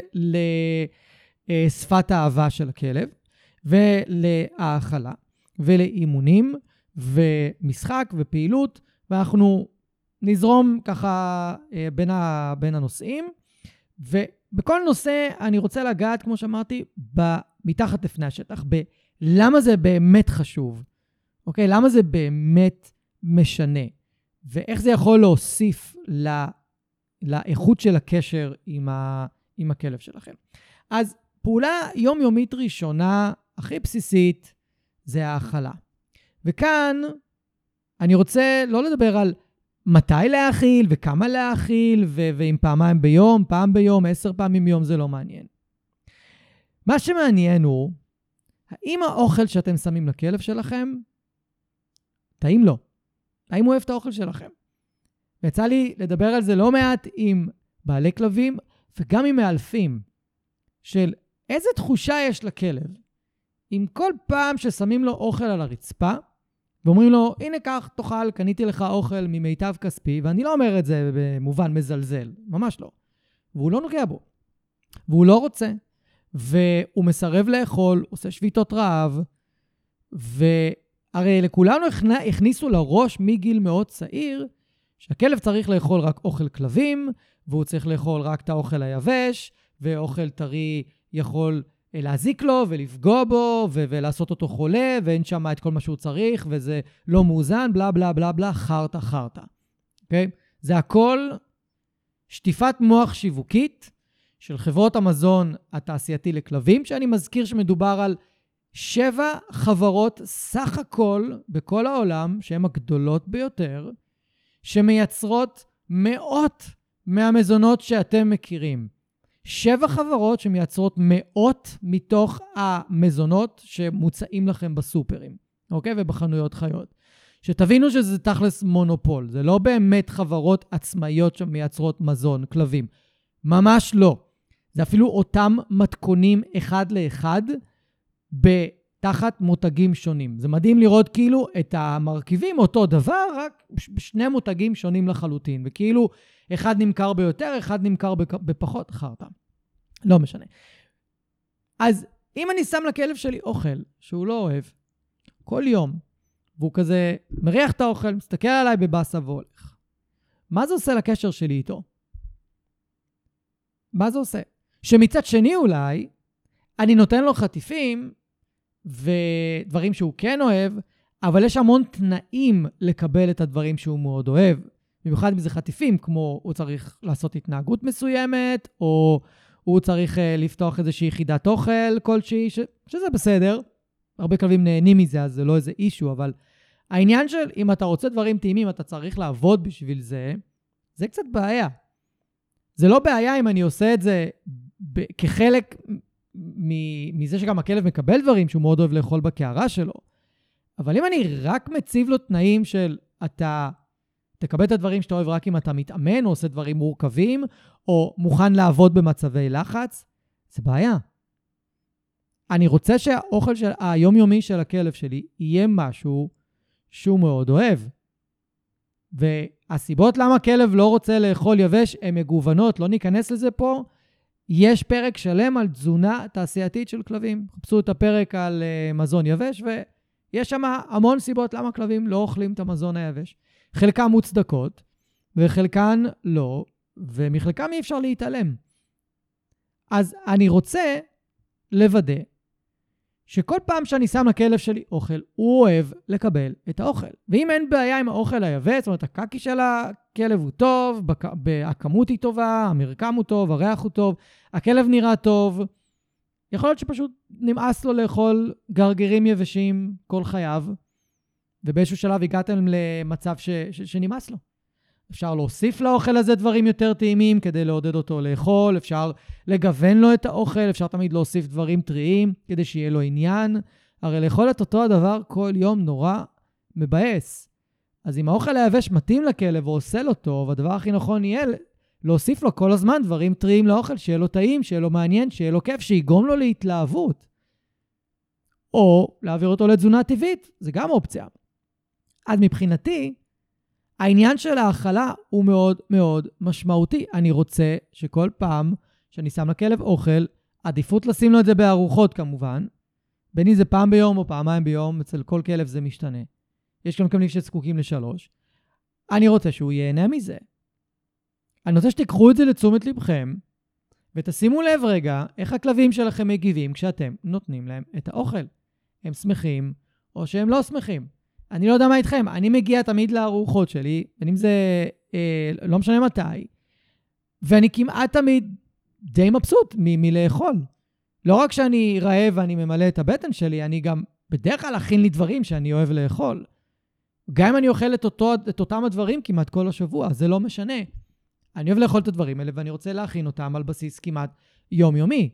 לשפת האהבה של הכלב, ולהאכלה, ולאימונים, ומשחק ופעילות, ואנחנו נזרום ככה בין הנושאים, ובכל נושא אני רוצה לגעת, כמו שאמרתי, מתחת לפני השטח, למה זה באמת חשוב, אוקיי? למה זה באמת משנה, ואיך זה יכול להוסיף לאיכות של הקשר עם הכלב שלכם. אז פעולה יומיומית ראשונה, הכי בסיסית, זה האכלה. וכאן אני רוצה לא לדבר על מתי להאכיל וכמה להאכיל, ואם פעמיים ביום, פעם ביום, 10 פעמים ביום, זה לא מעניין. מה שמעניין הוא, האם האוכל שאתם שמים לכלב שלכם, טעים לו? האם הוא אוהב את האוכל שלכם? ויצא לי לדבר על זה לא מעט עם בעלי כלבים, וגם עם מאלפים, של איזה תחושה יש לכלב, אם כל פעם ששמים לו אוכל על הרצפה, ואומרים לו, הנה כך, תאכל, קניתי לך אוכל ממיטב כספי, ואני לא אומר את זה במובן מזלזל, ממש לא. והוא לא נוגע בו, והוא לא רוצה, והוא מסרב לאכול, עושה שביתות רעב, והרי לכולנו הכניסו לראש מגיל מאוד צעיר, שהכלב צריך לאכול רק אוכל כלבים, והוא צריך לאכול רק את האוכל היבש, ואוכל טרי יכול להזיק לו ולפגוע בו ולעשות אותו חולה, ואין שם את כל מה שהוא צריך, וזה לא מאוזן, בלה בלה בלה בלה, חרטה חרטה. אוקיי? זה הכל שטיפת מוח שיווקית של חברות המזון התעשייתי לכלבים, שאני מזכיר שמדובר על 7 חברות סך הכל בכל העולם, שהן הגדולות ביותר, שמייצרות מאות מהמזונות שאתם מכירים. 7 חברות שמייצרות מאות מתוך המזונות שמוצאים לכם בסופרים, אוקיי? ובחנויות חיות. שתבינו שזה תכלס מונופול. זה לא באמת חברות עצמאיות שמייצרות מזון, כלבים. ממש לא. זה אפילו אותם מתכונים אחד לאחד בתחת מותגים שונים. זה מדהים לראות כאילו את המרכיבים אותו דבר, רק בשני מותגים שונים לחלוטין. וכאילו אחד נמכר ביותר, אחד נמכר בפחות, חרטה. לא משנה. אז אם אני שם לכלב שלי אוכל שהוא לא אוהב, כל יום, והוא כזה מריח את האוכל, מסתכל עליי בבאסה והולך. מה זה עושה לקשר שלי איתו? מה זה עושה? שמצד שני אולי, אני נותן לו חטיפים ודברים שהוא כן אוהב, אבל יש המון תנאים לקבל את הדברים שהוא מאוד אוהב. במיוחד אם זה חטיפים, כמו הוא צריך לעשות התנהגות מסוימת, או הוא צריך לפתוח איזושהי יחידת אוכל כלשהי, שזה בסדר. הרבה כלבים נהנים מזה, אז זה לא איזה אישו, אבל העניין של אם אתה רוצה דברים טעימים, אתה צריך לעבוד בשביל זה, זה קצת בעיה. זה לא בעיה אם אני עושה את זה כחלק מזה שגם הכלב מקבל דברים שהוא מאוד אוהב לאכול בקערה שלו. אבל אם אני רק מציב לו תנאים של אתה תקבל את הדברים שאתה אוהב רק אם אתה מתאמן או עושה דברים מורכבים, או מוכן לעבוד במצבי לחץ, זה בעיה. אני רוצה שהאוכל היומיומי של הכלב שלי יהיה משהו שהוא מאוד אוהב. והסיבות למה הכלב לא רוצה לאכול יבש הן מגוונות, לא ניכנס לזה פה. יש פרק שלם על תזונה תעשייתית של כלבים. חפשו את הפרק על מזון יבש, ויש שם המון סיבות למה כלבים לא אוכלים את המזון היבש. חלקם מוצדקות, וחלקן לא, ומחלקם אי אפשר להתעלם. אז אני רוצה לוודא שכל פעם שאני שם לכלב שלי אוכל, הוא אוהב לקבל את האוכל. ואם אין בעיה עם האוכל היבש, זאת אומרת, הקקי של הכלב הוא טוב, הכמות היא טובה, המרקם הוא טוב, הריח הוא טוב, הכלב נראה טוב, יכול להיות שפשוט נמאס לו לאכול גרגרים יבשים כל חייו, ובאיזשהו שלב הגעתם למצב שנמאס לו. אפשר להוסיף לאוכל הזה דברים יותר טעימים כדי לעודד אותו לאכול, אפשר לגוון לו את האוכל, אפשר תמיד להוסיף דברים טריים כדי שיהיה לו עניין. הרי לאכול את אותו הדבר כל יום נורא מבאס. אז אם האוכל היבש מתאים לכלב ועושה לו טוב, הדבר הכי נכון יהיה להוסיף לו כל הזמן דברים טריים לאוכל, שיהיה לו טעים, שיהיה לו מעניין, שיהיה לו כיף, שיגרום לו להתלהבות. או להעביר אותו לתזונה טבעית, זה גם אופציה. אז מבחינתי, העניין של האכלה הוא מאוד מאוד משמעותי. אני רוצה שכל פעם שאני שם לכלב אוכל, עדיפות לשים לו את זה בארוחות כמובן, בין אם זה פעם ביום או פעמיים ביום, אצל כל כלב זה משתנה. יש גם כלבים שזקוקים ל3. אני רוצה שהוא ייהנה מזה. אני רוצה שתיקחו את זה לתשומת לבכם, ותשימו לב רגע איך הכלבים שלכם מגיבים כשאתם נותנים להם את האוכל. הם שמחים או שהם לא שמחים. אני לא יודע מה איתכם, אני מגיע תמיד לארוחות שלי, בין אם זה לא משנה מתי, ואני כמעט תמיד די מבסוט מלאכול. לא רק שאני רעב ואני ממלא את הבטן שלי, אני גם בדרך כלל אכין לי דברים שאני אוהב לאכול. גם אם אני אוכל את אותם הדברים כמעט כל השבוע, זה לא משנה. אני אוהב לאכול את הדברים האלה ואני רוצה להכין אותם על בסיס כמעט יומיומי.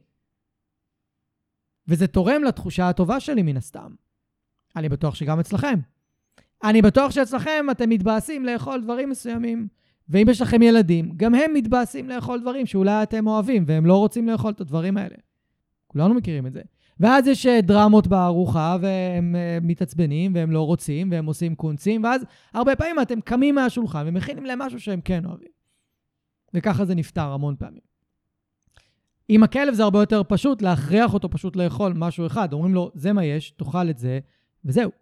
וזה תורם לתחושה הטובה שלי מן הסתם. אני בטוח שגם אצלכם. אני בטוח שאצלכם אתם מתבאסים לאכול דברים מסוימים. ואם יש לכם ילדים, גם הם מתבאסים לאכול דברים שאולי אתם אוהבים, והם לא רוצים לאכול את הדברים האלה. כולנו מכירים את זה. ואז יש דרמות בארוחה, והם מתעצבנים, והם לא רוצים, והם עושים קונצים, ואז הרבה פעמים אתם קמים מהשולחן, ומכינים להם משהו שהם כן אוהבים. וככה זה נפתר המון פעמים. עם הכלב זה הרבה יותר פשוט, להכריח אותו פשוט לאכול משהו אחד. אומרים לו, זה מה יש, תאכל את זה, וזהו.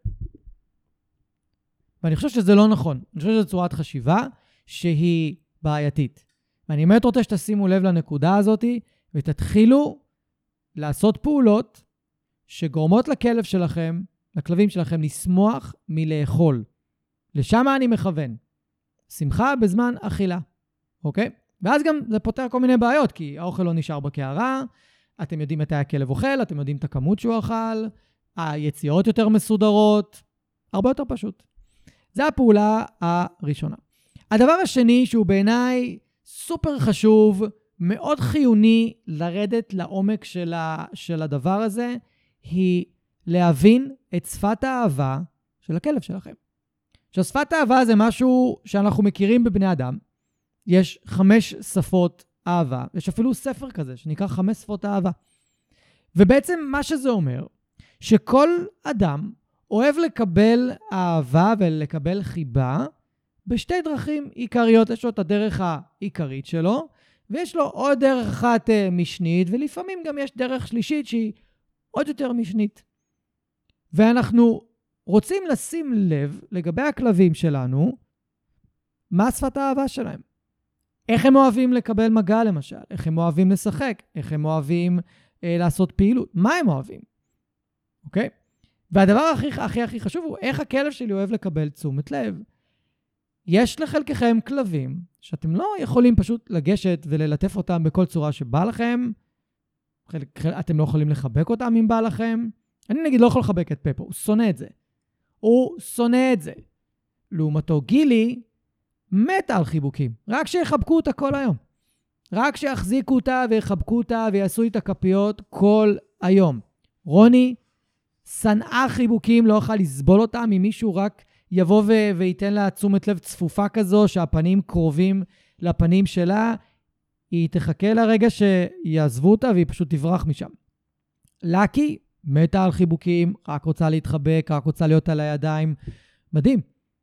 ואני חושב שזה לא נכון. אני חושב שזו צורת חשיבה שהיא בעייתית. ואני באמת רוצה שתשימו לב לנקודה הזאת, ותתחילו לעשות פעולות שגורמות לכלב שלכם, לכלבים שלכם, לשמוח מלאכול. לשם אני מכוון. שמחה בזמן אכילה. אוקיי? ואז גם זה פותר כל מיני בעיות, כי האוכל לא נשאר בקערה, אתם יודעים מתי הכלב אוכל, אתם יודעים את הכמות שהוא אכל, היציאות יותר מסודרות, הרבה יותר פשוט. זו הפעולה הראשונה. הדבר השני שהוא בעיניי סופר חשוב, מאוד חיוני לרדת לעומק של הדבר הזה, היא להבין את שפת האהבה של הכלב שלכם. ששפת האהבה זה משהו שאנחנו מכירים בבני אדם, יש 5 שפות אהבה. יש אפילו ספר כזה שנקרא 5 שפות אהבה. ובעצם מה שזה אומר, שכל אדם אוהב לקבל אהבה ולקבל חיבה בשתי דרכים עיקריות. יש לו את הדרך העיקרית שלו, ויש לו עוד דרך אחת משנית, ולפעמים גם יש דרך שלישית שהיא עוד יותר משנית. ואנחנו רוצים לשים לב לגבי הכלבים שלנו, מה שפת האהבה שלהם. איך הם אוהבים לקבל מגע למשל, איך הם אוהבים לשחק, איך הם אוהבים לעשות פעילות, מה הם אוהבים, אוקיי? והדבר הכי חשוב הוא איך הכלב שלי אוהב לקבל תשומת לב. יש לחלקכם כלבים שאתם לא יכולים פשוט לגשת וללטף אותם בכל צורה שבא לכם, אתם לא יכולים לחבק אותם אם בא לכם. אני נגיד לא יכול לחבק את פפו, הוא שונא את זה. הוא שונא את זה. לעומתו גילי, מתה על חיבוקים. רק שיחבקו אותה כל היום. רק שיחזיקו אותה ויחבקו אותה ויעשו איתה כפיות כל היום. רוני שנאה חיבוקים, לא יוכל לסבול אותה ממישהו רק יבוא וייתן לה תשומת לב צפופה כזו שהפנים קרובים לפנים שלה. היא תחכה לרגע שיעזבו אותה והיא פשוט תברח משם. לקי מתה על חיבוקים, רק רוצה להתחבק, רק רוצה להיות על הידיים. מדהים.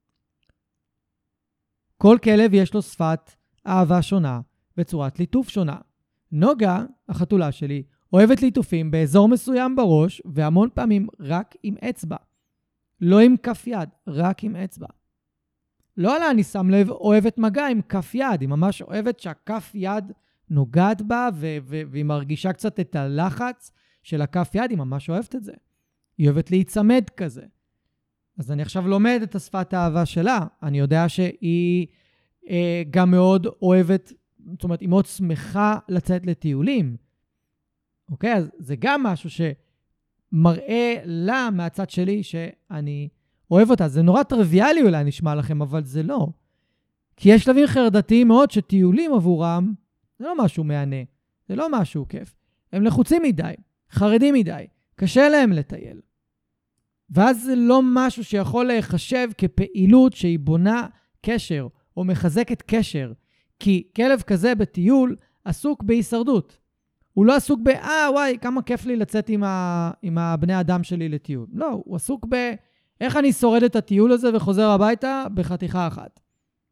כל כלב יש לו שפת אהבה שונה בצורת ליטוף שונה. נוגה, החתולה שלי, אוהבת ליטופים באזור מסוים בראש, והמון פעמים רק עם אצבע. לא עם כף יד, רק עם אצבע. לא עלה, אני שם לב, אוהבת מגע עם כף יד. היא ממש אוהבת שהכף יד נוגעת בה, והיא מרגישה קצת את הלחץ של הכף יד, היא ממש אוהבת את זה. היא אוהבת להיצמד כזה. אז אני עכשיו לומד את השפת האהבה שלה. אני יודע שהיא גם מאוד אוהבת, זאת אומרת, היא מאוד שמחה לצאת לטיולים. אוקיי? אז זה גם משהו שמראה לה מהצד שלי שאני אוהב אותה. זה נורא טריוויאלי אולי נשמע לכם, אבל זה לא. כי יש שלבים חרדתיים מאוד שטיולים עבורם, זה לא משהו מענה. זה לא משהו כיף. הם לחוצים מדי, חרדים מדי, קשה להם לטייל. ואז זה לא משהו שיכול להיחשב כפעילות שהיא בונה קשר או מחזקת קשר. כי כלב כזה בטיול עסוק בהישרדות. הוא לא עסוק וואי, כמה כיף לי לצאת עם הבני אדם שלי לטיול. לא, הוא עסוק איך אני שורד את הטיול הזה וחוזר הביתה בחתיכה אחת.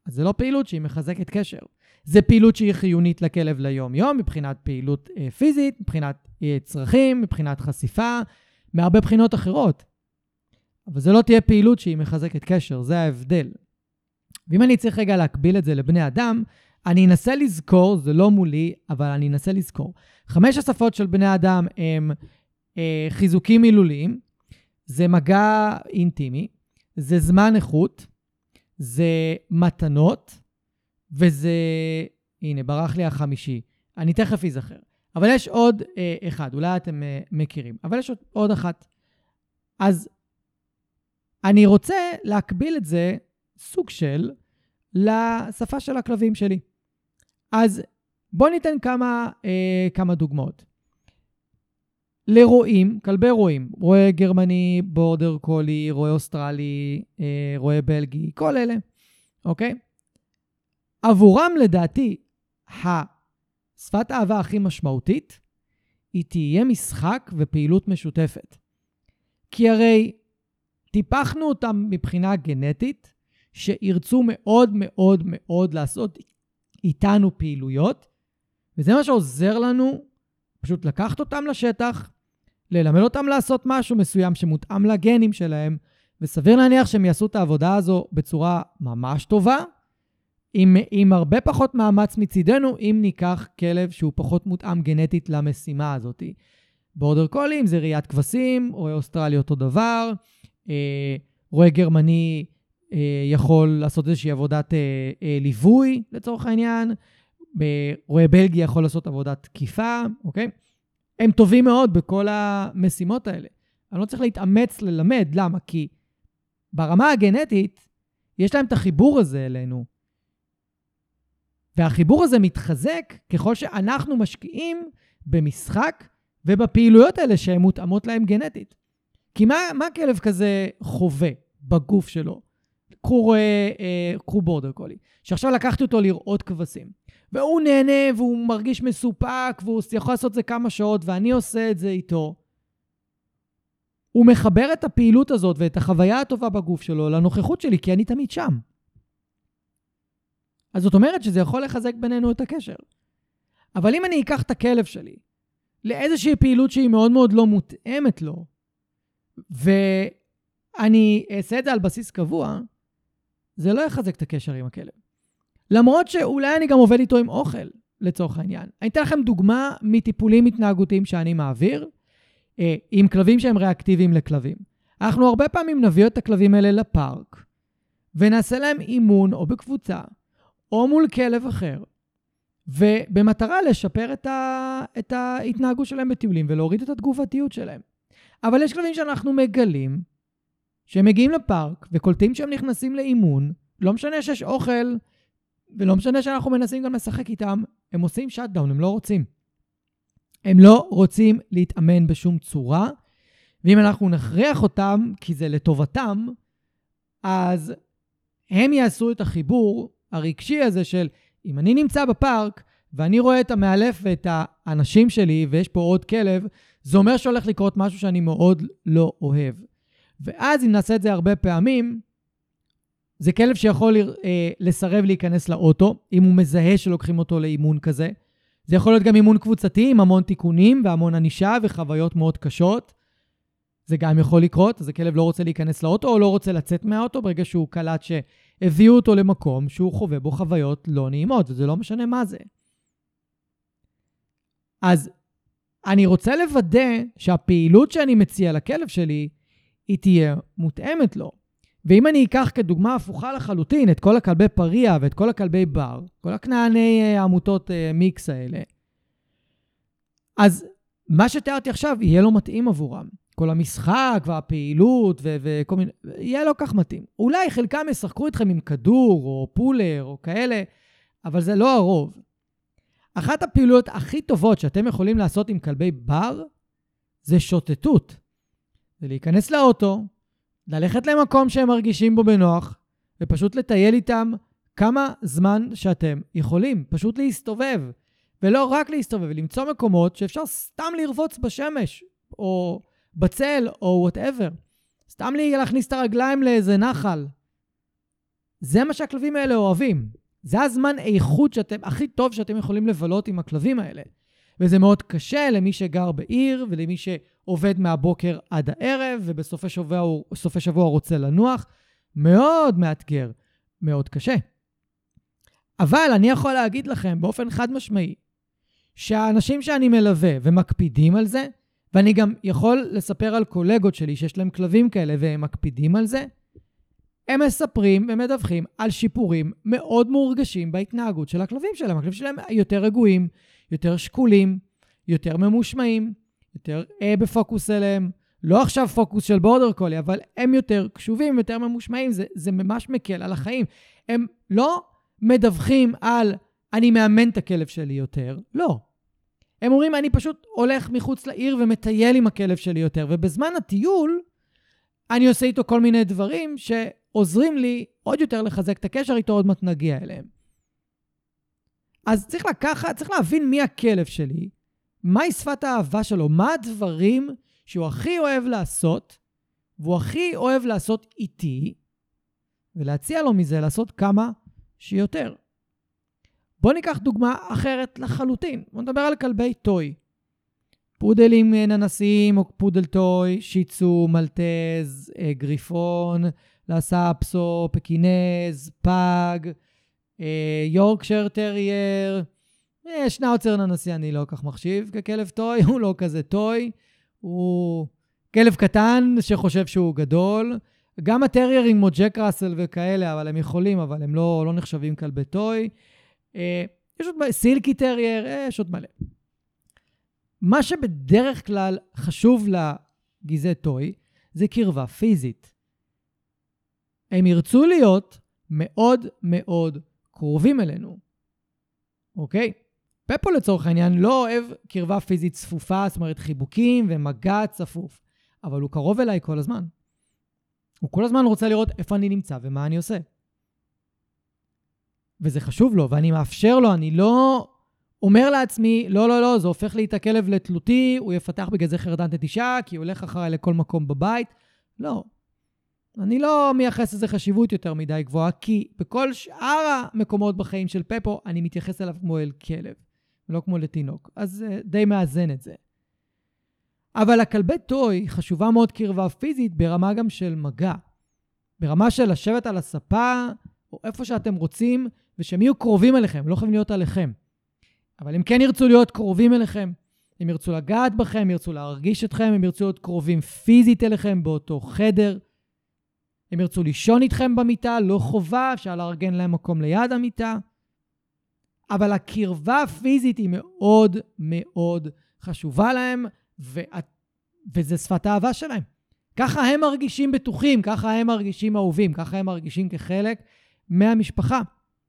אז זה לא פעילות שהיא מחזקת קשר. זה פעילות שהיא חיונית לכלב ליום-יום, מבחינת פעילות פיזית, מבחינת צרכים, מבחינת חשיפה, מהרבה בחינות אחרות. אבל זה לא תהיה פעילות שהיא מחזקת קשר, זה ההבדל. ואם אני צריך רגע להקביל את זה לבני אדם, אני אנסה לזכור, זה לא מולי, אבל אני אנסה לזכור. 5 השפות של בני אדם הם חיזוקים מילוליים, זה מגע אינטימי, זה זמן איכות, זה מתנות, וזה, הנה, ברח לי החמישי. אני תכף אזכר. אבל יש עוד אחד, אולי אתם מכירים, אבל יש עוד אחת. אז אני רוצה להקביל את זה סוג של לשפה של הכלבים שלי. אז בואו ניתן כמה דוגמאות. לרועים, כלבי רועים, רועה גרמני, בורדר קולי, רועה אוסטרלי, רועה בלגי, כל אלה, אוקיי? עבורם לדעתי, השפת האהבה הכי משמעותית, היא תהיה משחק ופעילות משותפת. כי הרי טיפחנו אותם מבחינה גנטית, שירצו מאוד מאוד מאוד לעשות איתנו פעילויות, וזה מה שעוזר לנו פשוט לקחת אותם לשטח, ללמד אותם לעשות משהו מסוים שמותאם לגנים שלהם, וסביר להניח שהם יעשו את העבודה הזו בצורה ממש טובה, עם הרבה פחות מאמץ מצידנו, אם ניקח כלב שהוא פחות מותאם גנטית למשימה הזאת. בורדר קולים זה ראיית כבשים, רואה אוסטרלי אותו דבר, רואה גרמני יכול לעשות איזושהי עבודת ליווי לצורך העניין, רואה בלגי יכול לעשות עבודת תקיפה, אוקיי? הם טובים מאוד בכל המשימות האלה. אני לא צריך להתאמץ ללמד, למה? כי ברמה הגנטית יש להם את החיבור הזה אלינו, והחיבור הזה מתחזק ככל שאנחנו משקיעים במשחק ובפעילויות האלה שהן מותאמות להם גנטית. כי מה כלב כזה חווה בגוף שלו? קחו בורדר קולי, שעכשיו לקחתי אותו לראות כבשים, והוא נהנה והוא מרגיש מסופק, והוא יכול לעשות זה כמה שעות, ואני עושה את זה איתו. הוא מחבר את הפעילות הזאת ואת החוויה הטובה בגוף שלו לנוכחות שלי, כי אני תמיד שם. אז זאת אומרת שזה יכול לחזק בינינו את הקשר. אבל אם אני אקח את הכלב שלי לאיזושהי פעילות שהיא מאוד מאוד לא מותאמת לו, ואני אעשה את זה על בסיס קבוע, זה לא יחזק את הקשר עם הכלב. למרות שאולי אני גם עובד איתו עם אוכל, לצורך העניין. אני אתן לכם דוגמה מטיפולים התנהגותיים שאני מעביר, עם כלבים שהם ריאקטיביים לכלבים. אנחנו הרבה פעמים נביא את הכלבים האלה לפארק, ונעשה להם אימון או בקבוצה, או מול כלב אחר, ובמטרה לשפר את ההתנהגות שלהם בטיולים, ולהוריד את התגובתיות שלהם. אבל יש כלבים שאנחנו מגלים, שהם מגיעים לפארק, וקולטים שהם נכנסים לאימון, לא משנה שיש אוכל, ולא משנה שאנחנו מנסים גם לשחק איתם, הם עושים שאט-דאון, הם לא רוצים. הם לא רוצים להתאמן בשום צורה, ואם אנחנו נכריח אותם, כי זה לטובתם, אז הם יעשו את החיבור הרגשי הזה של, אם אני נמצא בפארק, ואני רואה את המאלף ואת האנשים שלי, ויש פה עוד כלב, זה אומר שהולך לקרות משהו שאני מאוד לא אוהב. ואז אם נעשה את זה הרבה פעמים, זה כלב שיכול לסרב להיכנס לאוטו, אם הוא מזהה שלוקחים אותו לאימון כזה. זה יכול להיות גם אימון קבוצתי, עם המון תיקונים והמון ענישה וחוויות מאוד קשות. זה גם יכול לקרות, אז הכלב לא רוצה להיכנס לאוטו, או לא רוצה לצאת מהאוטו, ברגע שהוא קלט שהביאו אותו למקום שהוא חווה בו חוויות לא נעימות, וזה לא משנה מה זה. אז אני רוצה לוודא שהפעילות שאני מציע לכלב שלי, היא תהיה מותאמת לו. ואם אני אקח כדוגמה הפוכה לחלוטין את כל הכלבי פריה ואת כל הכלבי בר, כל הכנעני עמותות מיקס האלה, אז מה שתיארתי עכשיו יהיה לו מתאים עבורם. כל המשחק והפעילות וכל מיני, יהיה לו כך מתאים. אולי חלקם ישחקו איתכם עם כדור או פולר או כאלה, אבל זה לא הרוב. אחת הפעילויות הכי טובות שאתם יכולים לעשות עם כלבי בר, זה שוטטות. זה להיכנס לאוטו, ללכת למקום שהם מרגישים בו בנוח, ופשוט לטייל איתם כמה זמן שאתם יכולים. פשוט להסתובב, ולא רק להסתובב, למצוא מקומות שאפשר סתם לרבוץ בשמש, או בצל, או whatever. סתם להכניס את הרגליים לאיזה נחל. זה מה שהכלבים האלה אוהבים. זה הזמן איכות הכי טוב שאתם יכולים לבלות עם הכלבים האלה. וזה מאוד קשה למי שגר בעיר, ולמי שעובד מהבוקר עד הערב, ובסופי שבוע רוצה לנוח. מאוד מאתגר, מאוד קשה. אבל אני יכול להגיד לכם באופן חד משמעי, שהאנשים שאני מלווה ומקפידים על זה, ואני גם יכול לספר על קולגות שלי שיש להם כלבים כאלה והם מקפידים על זה, הם מספרים ומדווחים על שיפורים מאוד מורגשים בהתנהגות של הכלבים שלהם. הכלבים שלהם יותר רגועים, יותר שקולים, יותר ממושמעים, יותר בפוקוס אליהם. לא עכשיו פוקוס של בורדר קולי, אבל הם יותר קשובים, יותר ממושמעים. זה ממש מקל על החיים. הם לא מדווחים על אני מאמן את הכלב שלי יותר. לא. הם אומרים אני פשוט הולך מחוץ לעיר ומטייל עם הכלב שלי יותר. ובזמן הטיול אני עושה איתו כל מיני דברים שעוזרים לי עוד יותר לחזק את הקשר איתו, עוד מעט נגיע אליהם. אז צריך להבין מי הכלב שלי, מהי שפת האהבה שלו, מה הדברים שהוא הכי אוהב לעשות, והוא הכי אוהב לעשות איתי, ולהציע לו מזה לעשות כמה שיותר. בואו ניקח דוגמה אחרת לחלוטין. בואו נדבר על כלבי טוי. פודלים ננסים או פודל טוי, שיצו, מלטז, גריפון, לסאפסו, פקינז, פאג, יורקשר טרייר, שנאוצר ננסי אני לא כך מחשיב ככלב טוי, הוא לא כזה טוי, הוא כלב קטן שחושב שהוא גדול, גם הטריירים כמו ג'ק ראסל וכאלה, אבל הם יכולים, אבל הם לא נחשבים כלבי טוי, יש עוד מלא, סילקי טרייר, יש עוד מלא. מה שבדרך כלל חשוב לגזעי טוי, זה קרבה פיזית. הם ירצו להיות מאוד מאוד קרובים אלינו. אוקיי? פפו לצורך העניין לא אוהב קרבה פיזית צפופה, זאת אומרת חיבוקים ומגע צפוף. אבל הוא קרוב אליי כל הזמן. הוא כל הזמן רוצה לראות איפה אני נמצא ומה אני עושה. וזה חשוב לו, ואני מאפשר לו, אני לא אומר לעצמי, לא, זה הופך לי את הכלב לתלותי, הוא יפתח בגלל זה חרדת נטישה, כי הוא הולך אחריי לכל מקום בבית. לא. אני לא מייחס לזה חשיבות יותר מדי גבוהה, כי בכל שאר המקומות בחיים של פפו, אני מתייחס אליו כמו אל כלב, ולא כמו לתינוק. אז די מאזן את זה. אבל הכלבי טוי חשובה מאוד קרבה פיזית, ברמה גם של מגע. ברמה של לשבת על הספה, או איפה שאתם רוצים, ושהם יהיו קרובים אליכם, לא יכולים להיות עליכם. אבל הם כן ירצו להיות קרובים אליכם, הם ירצו לגעת בכם, הם ירצו להרגיש אתכם, הם ירצו להיות קרובים פיזית אליכם באותו חדר, הם ירצו לישון איתכם במיטה, לא חובה, אפשר לארגן להם מקום ליד המיטה, אבל הקרבה הפיזית היא מאוד מאוד חשובה להם, וזה שפת האהבה שלהם. ככה הם מרגישים בטוחים, ככה הם מרגישים אהובים, ככה הם מרגישים כחלק מהמשפחה.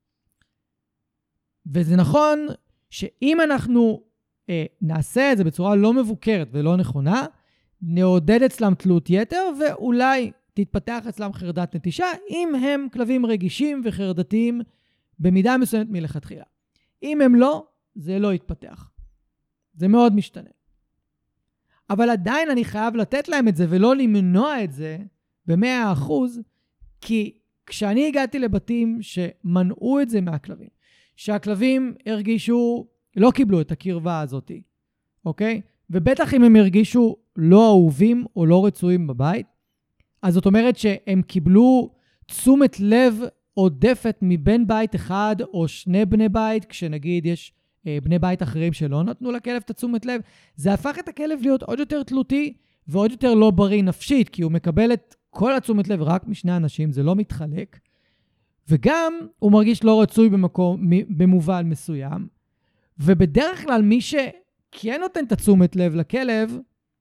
וזה נכון שאם אנחנו נעשה את זה בצורה לא מבוקרת ולא נכונה, נעודד אצלם תלות יתר, ואולי תתפתח אצלם חרדת נטישה, אם הם כלבים רגישים וחרדתיים במידה מסוימת מלכתחילה. אם הם לא, זה לא יתפתח. זה מאוד משתנה. אבל עדיין אני חייב לתת להם את זה ולא למנוע את זה ב100%, כי כשאני הגעתי לבתים שמנעו את זה מהכלבים, שהכלבים הרגישו, לא קיבלו את הקרבה הזאת, אוקיי? ובטח אם הם הרגישו לא אהובים או לא רצויים בבית, אז זאת אומרת שהם קיבלו תשומת לב עודפת מבין בית אחד או שני בני בית, כשנגיד יש בני בית אחרים שלא נתנו לכלב את התשומת לב, זה הפך את הכלב להיות עוד יותר תלותי ועוד יותר לא בריא נפשית, כי הוא מקבל את כל התשומת לב רק משני אנשים, זה לא מתחלק, וגם הוא מרגיש לא רצוי במובן מסוים, ובדרך כלל מי שכן נותן את התשומת לב לכלב,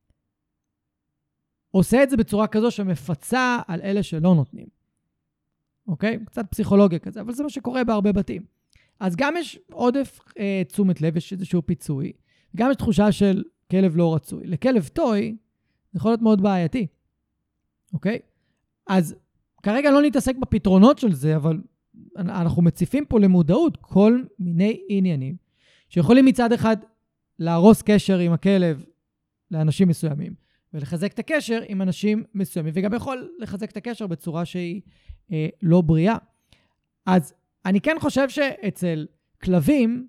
עושה את זה בצורה כזו שמפצה על אלה שלא נותנים. אוקיי? קצת פסיכולוגיה כזה, אבל זה מה שקורה בהרבה בתים. אז גם יש עודף תשומת לב, יש איזשהו פיצוי, גם יש תחושה של כלב לא רצוי. לכלב טוי, זה יכול להיות מאוד בעייתי. אוקיי? אז כרגע לא נתעסק בפתרונות של זה, אבל אנחנו מציפים פה למודעות כל מיני עניינים, שיכולים מצד אחד להרוס קשר עם הכלב לאנשים מסוימים, ולחזק את הקשר עם אנשים מסוימים, וגם יכול לחזק את הקשר בצורה שהיא לא בריאה. אז אני כן חושב שאצל כלבים,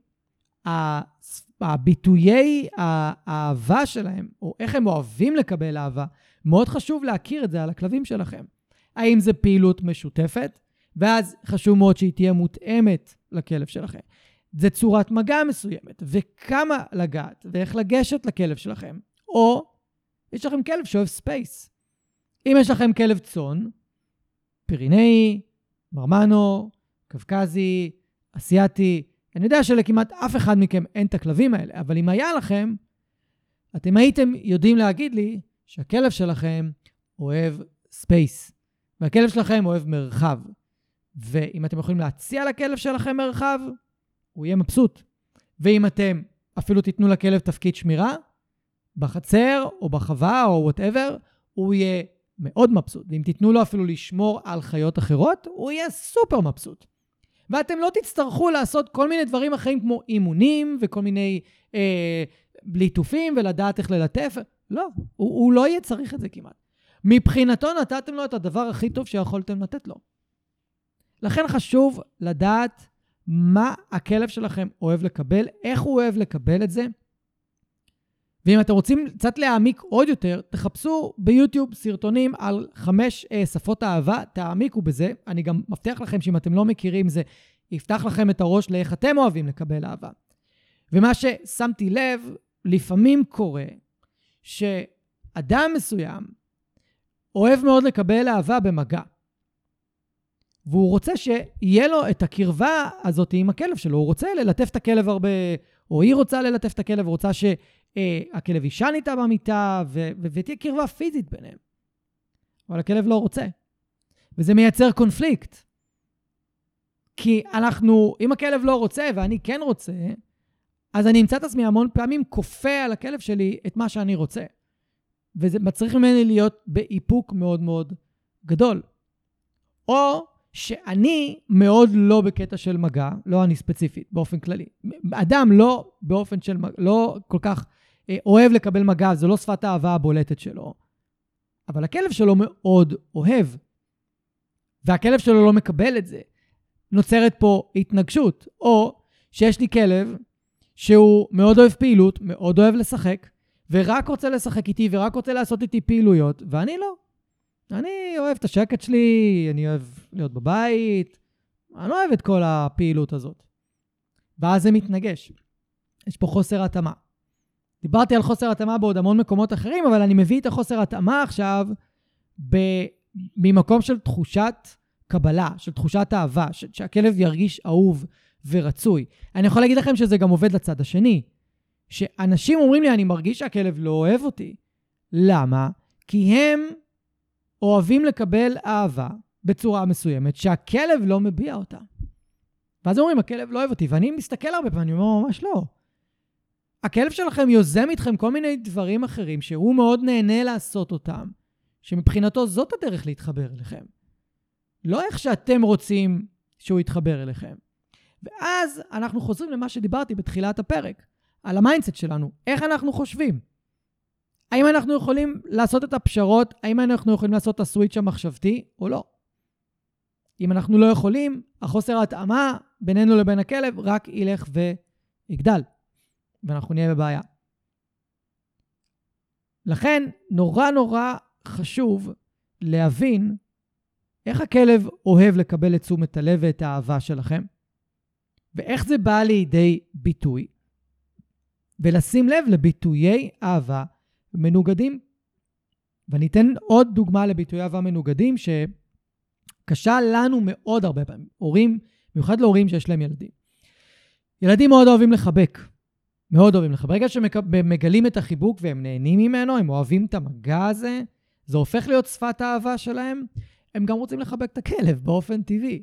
הביטויי האהבה שלהם, או איך הם אוהבים לקבל אהבה, מאוד חשוב להכיר את זה על הכלבים שלכם. האם זה פעילות משותפת? ואז חשוב מאוד שהיא תהיה מותאמת לכלב שלכם. זה צורת מגע מסוימת, וכמה לגעת, ואיך לגשת לכלב שלכם. או יש לכם כלב שאוהב ספייס. אם יש לכם כלב צאן, פירינאי, מרמנו, קווקזי, אסיאתי, אני יודע שלכמעט אף אחד מכם אין את הכלבים האלה, אבל אם היה לכם, אתם הייתם יודעים להגיד לי שהכלב שלכם אוהב ספייס, והכלב שלכם אוהב מרחב. ואם אתם יכולים להציע לכלב שלכם מרחב, הוא יהיה מבסוט. ואם אתם אפילו תיתנו לכלב תפקיד שמירה, בחצר או בחווה או whatever, הוא יהיה מאוד מבסוט. ואם תיתנו לו אפילו לשמור על חיות אחרות, הוא יהיה סופר מבסוט. ואתם לא תצטרכו לעשות כל מיני דברים אחרים כמו אימונים וכל מיני ליטופים ולדעת איך ללטף. לא, הוא לא יהיה צריך את זה כמעט. מבחינתו נתתם לו את הדבר הכי טוב שיכולתם לתת לו. לכן חשוב לדעת מה הכלב שלכם אוהב לקבל, איך הוא אוהב לקבל את זה. ואם אתם רוצים קצת להעמיק עוד יותר, תחפשו ביוטיוב סרטונים על 5 שפות אהבה, תעמיקו בזה. אני גם מבטיח לכם שאם אתם לא מכירים זה, יפתח לכם את הראש לאיך אתם אוהבים לקבל אהבה. ומה ששמתי לב, לפעמים קורה שאדם מסוים אוהב מאוד לקבל אהבה במגע. והוא רוצה שיהיה לו את הקרבה הזאת עם הכלב שלו. הוא רוצה ללטף את הכלב הרבה, או היא רוצה ללטף את הכלב, הוא רוצה שהכלב יישן איתה במיטה, ותהיה קרבה פיזית ביניהם. אבל הכלב לא רוצה. וזה מייצר קונפליקט. כי אם הכלב לא רוצה, ואני כן רוצה, אז אני אמצא את עצמי המון פעמים כופה על הכלב שלי את מה שאני רוצה. וזה מצריך ממני להיות באיפוק מאוד מאוד גדול. או שאני מאוד לא בקטע של מגע, לא אני ספציפית, באופן כללי. אדם לא באופן של מגע, לא כל כך אוהב לקבל מגע, זו לא שפת האהבה הבולטת שלו. אבל הכלב שלו מאוד אוהב. והכלב שלו לא מקבל את זה. נוצרת פה התנגשות. או שיש לי כלב שהוא מאוד אוהב פעילות, מאוד אוהב לשחק, ורק רוצה לשחק איתי, ורק רוצה לעשות איתי פעילויות, ואני לא. אני אוהב את השקט שלי, אני אוהב להיות בבית, אני לא אוהב את כל הפעילות הזאת. ואז זה מתנגש. יש פה חוסר התאמה. דיברתי על חוסר התאמה בעוד המון מקומות אחרים, אבל אני מביא את החוסר התאמה עכשיו ממקום של תחושת קבלה, של תחושת אהבה, שהכלב ירגיש אהוב ורצוי. אני יכול להגיד לכם שזה גם עובד לצד השני. שאנשים אומרים לי, אני מרגיש שהכלב לא אוהב אותי. למה? כי הם אוהבים לקבל אהבה בצורה מסוימת, שהכלב לא מביע אותה. ואז אומרים, הכלב לא אוהב אותי, ואני מסתכל הרבה פעמים, אני אומר, ממש לא. הכלב שלכם יוזם איתכם כל מיני דברים אחרים, שהוא מאוד נהנה לעשות אותם, שמבחינתו זאת הדרך להתחבר אליכם. לא איך שאתם רוצים שהוא יתחבר אליכם. ואז אנחנו חוזרים למה שדיברתי בתחילת הפרק, על המיינדסט שלנו, איך אנחנו חושבים. האם אנחנו יכולים לעשות את הפשרות, האם אנחנו יכולים לעשות את הסוויץ' המחשבתי או לא. אם אנחנו לא יכולים, החוסר ההתאמה בינינו לבין הכלב רק ילך ויגדל, ואנחנו נהיה בבעיה. לכן נורא נורא חשוב להבין איך הכלב אוהב לקבל את תשומת הלב ואת האהבה שלכם, ואיך זה בא לידי ביטוי, ולשים לב לביטויי אהבה מנוגדים. ואני אתן עוד דוגמה לביטויי אהבה מנוגדים, שקשה לנו מאוד הרבה פעמים. הורים, במיוחד להורים שיש להם ילדים. ילדים מאוד אוהבים לחבק. מאוד אוהבים לחבק. ברגע שמגלים את החיבוק והם נהנים ממנו, הם אוהבים את המגע הזה, זה הופך להיות שפת האהבה שלהם. הם גם רוצים לחבק את הכלב באופן טבעי.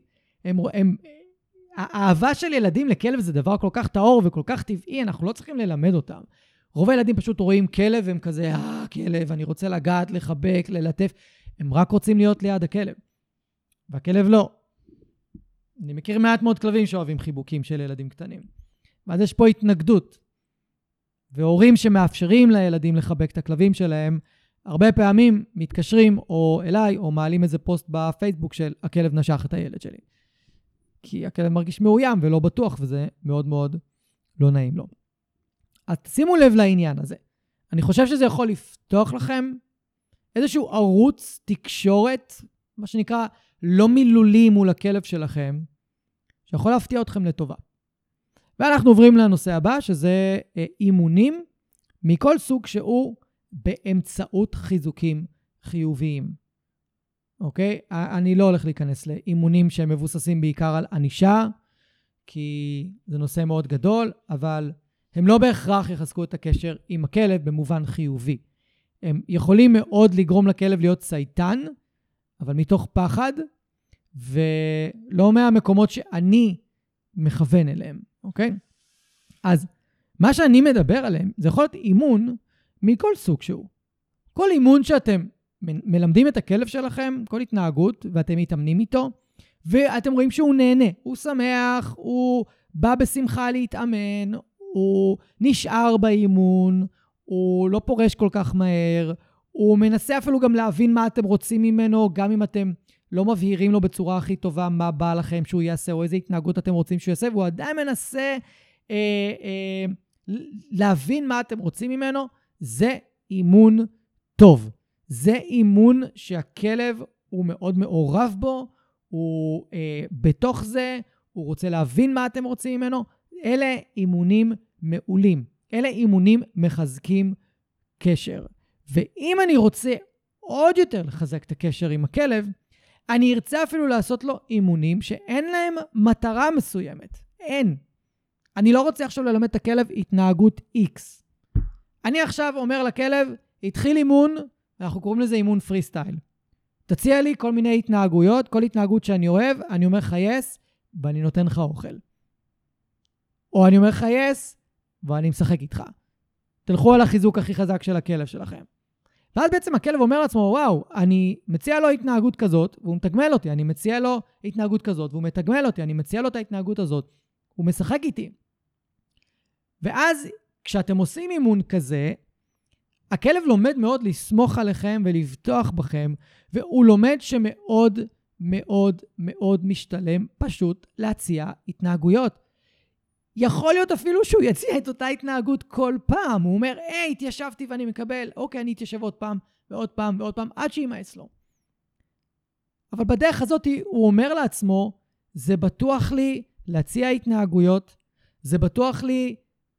האהבה של ילדים לכלב זה דבר כל כך טהור וכל כך טבעי, אנחנו לא צריכים ללמד אותם. רוב הילדים פשוט רואים כלב והם כזה, כלב, אני רוצה לגעת, לחבק, ללטף. הם רק רוצים להיות ליד הכלב. והכלב לא. אני מכיר מעט מאוד כלבים שאוהבים חיבוקים של ילדים קטנים. ואז יש פה התנגדות. והורים שמאפשרים לילדים לחבק את הכלבים שלהם, הרבה פעמים מתקשרים או אליי, או מעלים איזה פוסט בפייסבוק של הכלב נשך את הילד שלי. כי הכלב מרגיש מאוים ולא בטוח, וזה מאוד מאוד לא נעים לו. אז שימו לב לעניין הזה. אני חושב שזה יכול לפתוח לכם איזשהו ערוץ תקשורת, מה שנקרא לא מילולי מול הכלב שלכם, שיכול להפתיע אתכם לטובה. ואנחנו עוברים לנושא הבא, שזה אימונים מכל סוג שהוא באמצעות חיזוקים חיוביים. אוקיי? אני לא הולך להיכנס לאימונים שהם מבוססים בעיקר על ענישה, כי זה נושא מאוד גדול, אבל הם לא בהכרח יחזקו את הקשר עם הכלב במובן חיובי. הם יכולים מאוד לגרום לכלב להיות צייתן, אבל מתוך פחד, ולא מהמקומות שאני מכוון אליהם, אוקיי? אז מה שאני מדבר עליהם, זה יכול להיות אימון מכל סוג שהוא. כל אימון שאתם מלמדים את הכלב שלכם, כל התנהגות, ואתם מתאמנים איתו, ואתם רואים שהוא נהנה, הוא שמח, הוא בא בשמחה להתאמן, הוא נשאר באימון, הוא לא פורש כל כך מהר, הוא מנסה אפילו גם להבין מה אתם רוצים ממנו, גם אם אתם לא מבהירים לו בצורה הכי טובה מה בא לכם שהוא יעשה, או איזה התנהגות אתם רוצים שהוא יעשה, והוא עדיין מנסה להבין מה אתם רוצים ממנו. זה אימון טוב. זה אימון שהכלב הוא מאוד מעורב בו, הוא בתוך זה, הוא רוצה להבין מה אתם רוצים ממנו. אלה אימונים מעולים. אלה אימונים מחזקים קשר. ואם אני רוצה עוד יותר לחזק את הקשר עם הכלב, אני ארצה אפילו לעשות לו אימונים שאין להם מטרה מסוימת. אין. אני לא רוצה עכשיו ללמד את הכלב התנהגות X. אני עכשיו אומר לכלב, התחיל אימון, אנחנו קוראים לזה אימון פרי סטייל. תציע לי כל מיני התנהגויות, כל התנהגות שאני אוהב, אני אומר לך yes, ואני נותן לך אוכל. או אני אומר לך yes, ואני משחק איתך. תלכו על החיזוק הכי חזק של הכלב שלכם. ואז בעצם הכלב אומר לעצמו, וואו, אני מציע לו התנהגות כזאת, והוא מתגמל אותי. אני מציע לו התנהגות כזאת, והוא מתגמל אותי. אני מציע לו את ההתנהגות הזאת. הוא משחק איתי. ואז כשאתם עושים אימון כזה, הכלב לומד מאוד לסמוך עליכם ולבטוח בכם, והוא לומד שמאוד מאוד מאוד משתלם פשוט להציע התנהגויות. יכול להיות אפילו שהוא יציע את אותה התנהגות כל פעם. הוא אומר, התיישבתי ואני מקבל, אוקיי, אני אתיישב עוד פעם ועוד פעם ועוד פעם, עד שימאס לו. אבל בדרך הזאת הוא אומר לעצמו, זה בטוח לי להציע התנהגויות, זה בטוח לי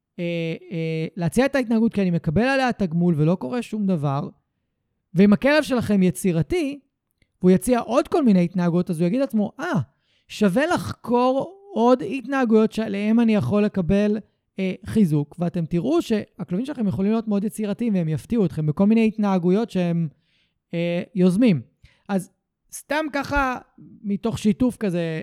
להציע את ההתנהגות כי אני מקבל עליה תגמול ולא קורה שום דבר, ואם הכלב שלכם יצירתי, והוא יציע עוד כל מיני התנהגות, אז הוא יגיד לעצמו, שווה לחקור עוד התנהגויות שעליהם אני יכול לקבל חיזוק, ואתם תראו שהכלבים שלכם יכולים להיות מאוד יצירתיים, והם יפתיעו אתכם בכל מיני התנהגויות שהם יוזמים. אז סתם ככה, מתוך שיתוף כזה,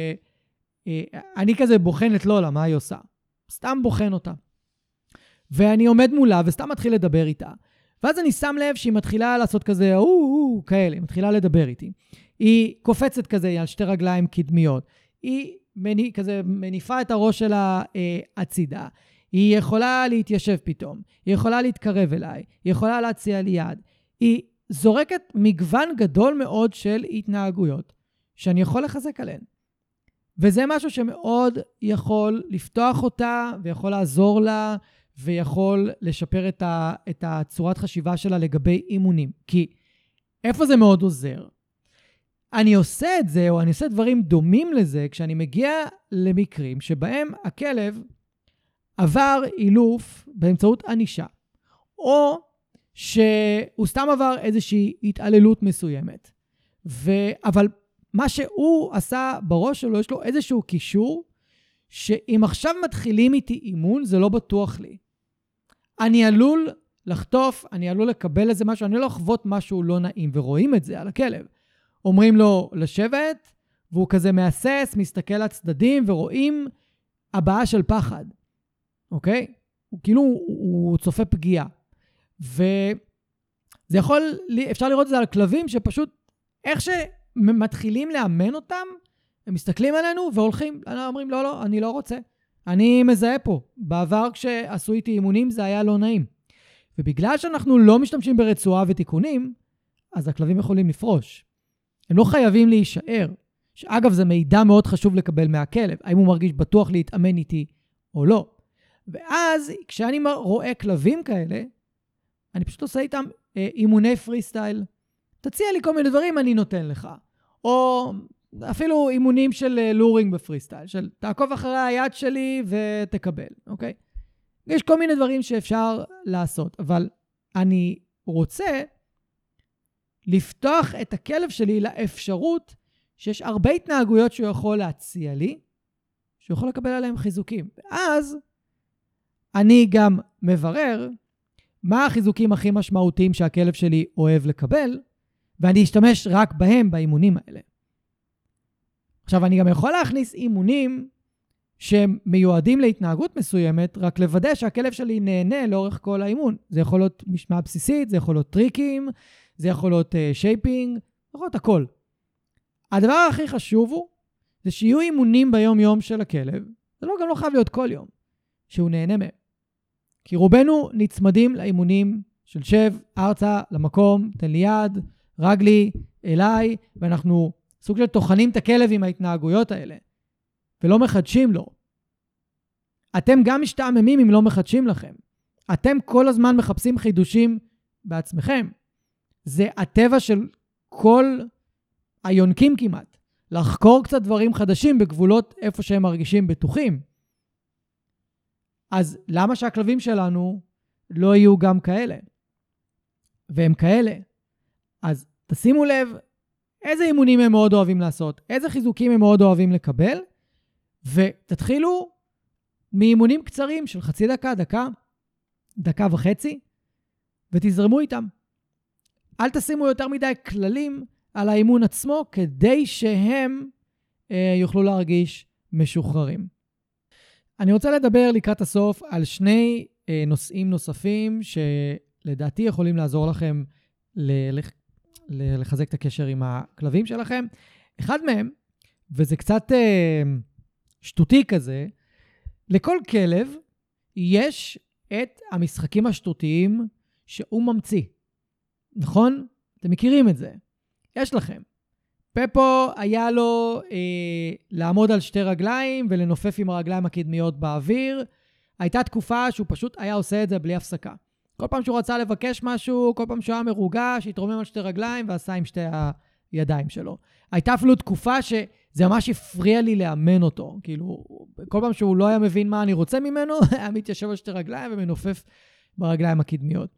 שאני כזה בוחן את לולה, מה היא עושה? סתם בוחן אותה. ואני עומד מולה, וסתם מתחיל לדבר איתה. ואז אני שם לב שהיא מתחילה לעשות כזה, כאלה, היא מתחילה לדבר איתי. היא קופצת כזה על שתי רגליים קדמיות. היא כזה מניפה את הראש שלה הצידה. היא יכולה להתיישב פתאום. היא יכולה להתקרב אליי. היא יכולה להציע לי יד. היא זורקת מגוון גדול מאוד של התנהגויות שאני יכול לחזק עליהן. וזה משהו שמאוד יכול לפתוח אותה ויכול לעזור לה ויכול לשפר את הצורת חשיבה שלה לגבי אימונים. כי איפה זה מאוד עוזר? אני עושה את זה, או אני עושה דברים דומים לזה, כשאני מגיע למקרים שבהם הכלב עבר אילוף באמצעות ענישה, או שהוא סתם עבר איזושהי התעללות מסוימת. אבל מה שהוא עשה בראש שלו, יש לו איזשהו קישור, שאם עכשיו מתחילים איתי אימון, זה לא בטוח לי. אני עלול לחטוף, אני עלול לקבל איזה משהו, אני לא לחוות משהו לא נעים, ורואים את זה על הכלב. אומרים לו לשבת, והוא כזה מאסס, מסתכל לצדדים, ורואים הבעה של פחד. אוקיי? הוא כאילו, הוא צופה פגיעה. וזה יכול, אפשר לראות את זה על כלבים, שפשוט, איך שמתחילים לאמן אותם, הם מסתכלים עלינו והולכים, אומרים, לא, אני לא רוצה. אני מזהה פה. בעבר כשעשו איתי אימונים, זה היה לא נעים. ובגלל שאנחנו לא משתמשים ברצועה ותיקונים, אז הכלבים יכולים לפרוש. הם לא חייבים להישאר. שאגב, זה מידע מאוד חשוב לקבל מהכלב, האם הוא מרגיש בטוח להתאמן איתי או לא. ואז, כשאני רואה כלבים כאלה, אני פשוט עושה איתם אימוני פרי סטייל. תציע לי כל מיני דברים, אני נותן לך. או אפילו אימונים של לורינג בפרי סטייל, של תעקוב אחרי היד שלי ותקבל, אוקיי? יש כל מיני דברים שאפשר לעשות, אבל אני רוצה לפתוח את הכלב שלי לאפשרות שיש הרבה התנהגויות שהוא יכול להציע לי, שהוא יכול לקבל עליהם חיזוקים. ואז אני גם מברר מה החיזוקים הכי משמעותיים שהכלב שלי אוהב לקבל, ואני אשתמש רק בהם באימונים האלה. עכשיו, אני גם יכול להכניס אימונים שהם מיועדים להתנהגות מסוימת, רק לוודא שהכלב שלי נהנה לאורך כל האימון. זה יכול להיות משמעה בסיסית, זה יכול להיות טריקים, זה יכול להיות שייפינג, זה יכול להיות הכל. הדבר הכי חשוב הוא, זה שיהיו אימונים ביום יום של הכלב, זה גם לא חייב להיות כל יום, שהוא נהנה מהם. כי רובנו נצמדים לאימונים של שב, ארצה, למקום, תן לי יד, רגלי, אליי, ואנחנו סוג של תוכנים את הכלב עם ההתנהגויות האלה, ולא מחדשים לו. אתם גם משתעממים אם לא מחדשים לכם. אתם כל הזמן מחפשים חידושים בעצמכם. זה הטבע של כל היונקים כמעט. לחקור קצת דברים חדשים בגבולות איפה שהם מרגישים בטוחים. אז למה שהכלבים שלנו לא יהיו גם כאלה? והם כאלה. אז תשימו לב איזה אימונים הם מאוד אוהבים לעשות, איזה חיזוקים הם מאוד אוהבים לקבל, ותתחילו מאימונים קצרים של חצי דקה, דקה וחצי, ותזרמו איתם. אל תשימו יותר מדי כללים על האימון עצמו, כדי שהם יוכלו להרגיש משוחררים. אני רוצה לדבר לקראת הסוף על שני נושאים נוספים, שלדעתי יכולים לעזור לכם לחזק את הקשר עם הכלבים שלכם. אחד מהם, וזה קצת שטותי כזה, לכל כלב יש את המשחקים השטותיים שהוא ממציא. נכון? אתם מכירים את זה. יש לכם. פפו היה לו לעמוד על שתי רגליים ולנופף עם הרגליים הקדמיות באוויר. הייתה תקופה שהוא פשוט היה עושה את זה בלי הפסקה. כל פעם שהוא רצה לבקש משהו, כל פעם שהוא היה מרוגש, התרומם על שתי רגליים ועשה עם שתי הידיים שלו. הייתה אפילו תקופה שזה ממש הפריע לי לאמן אותו. כאילו, כל פעם שהוא לא היה מבין מה אני רוצה ממנו, היה מתיישב על שתי רגליים ומנופף ברגליים הקדמיות.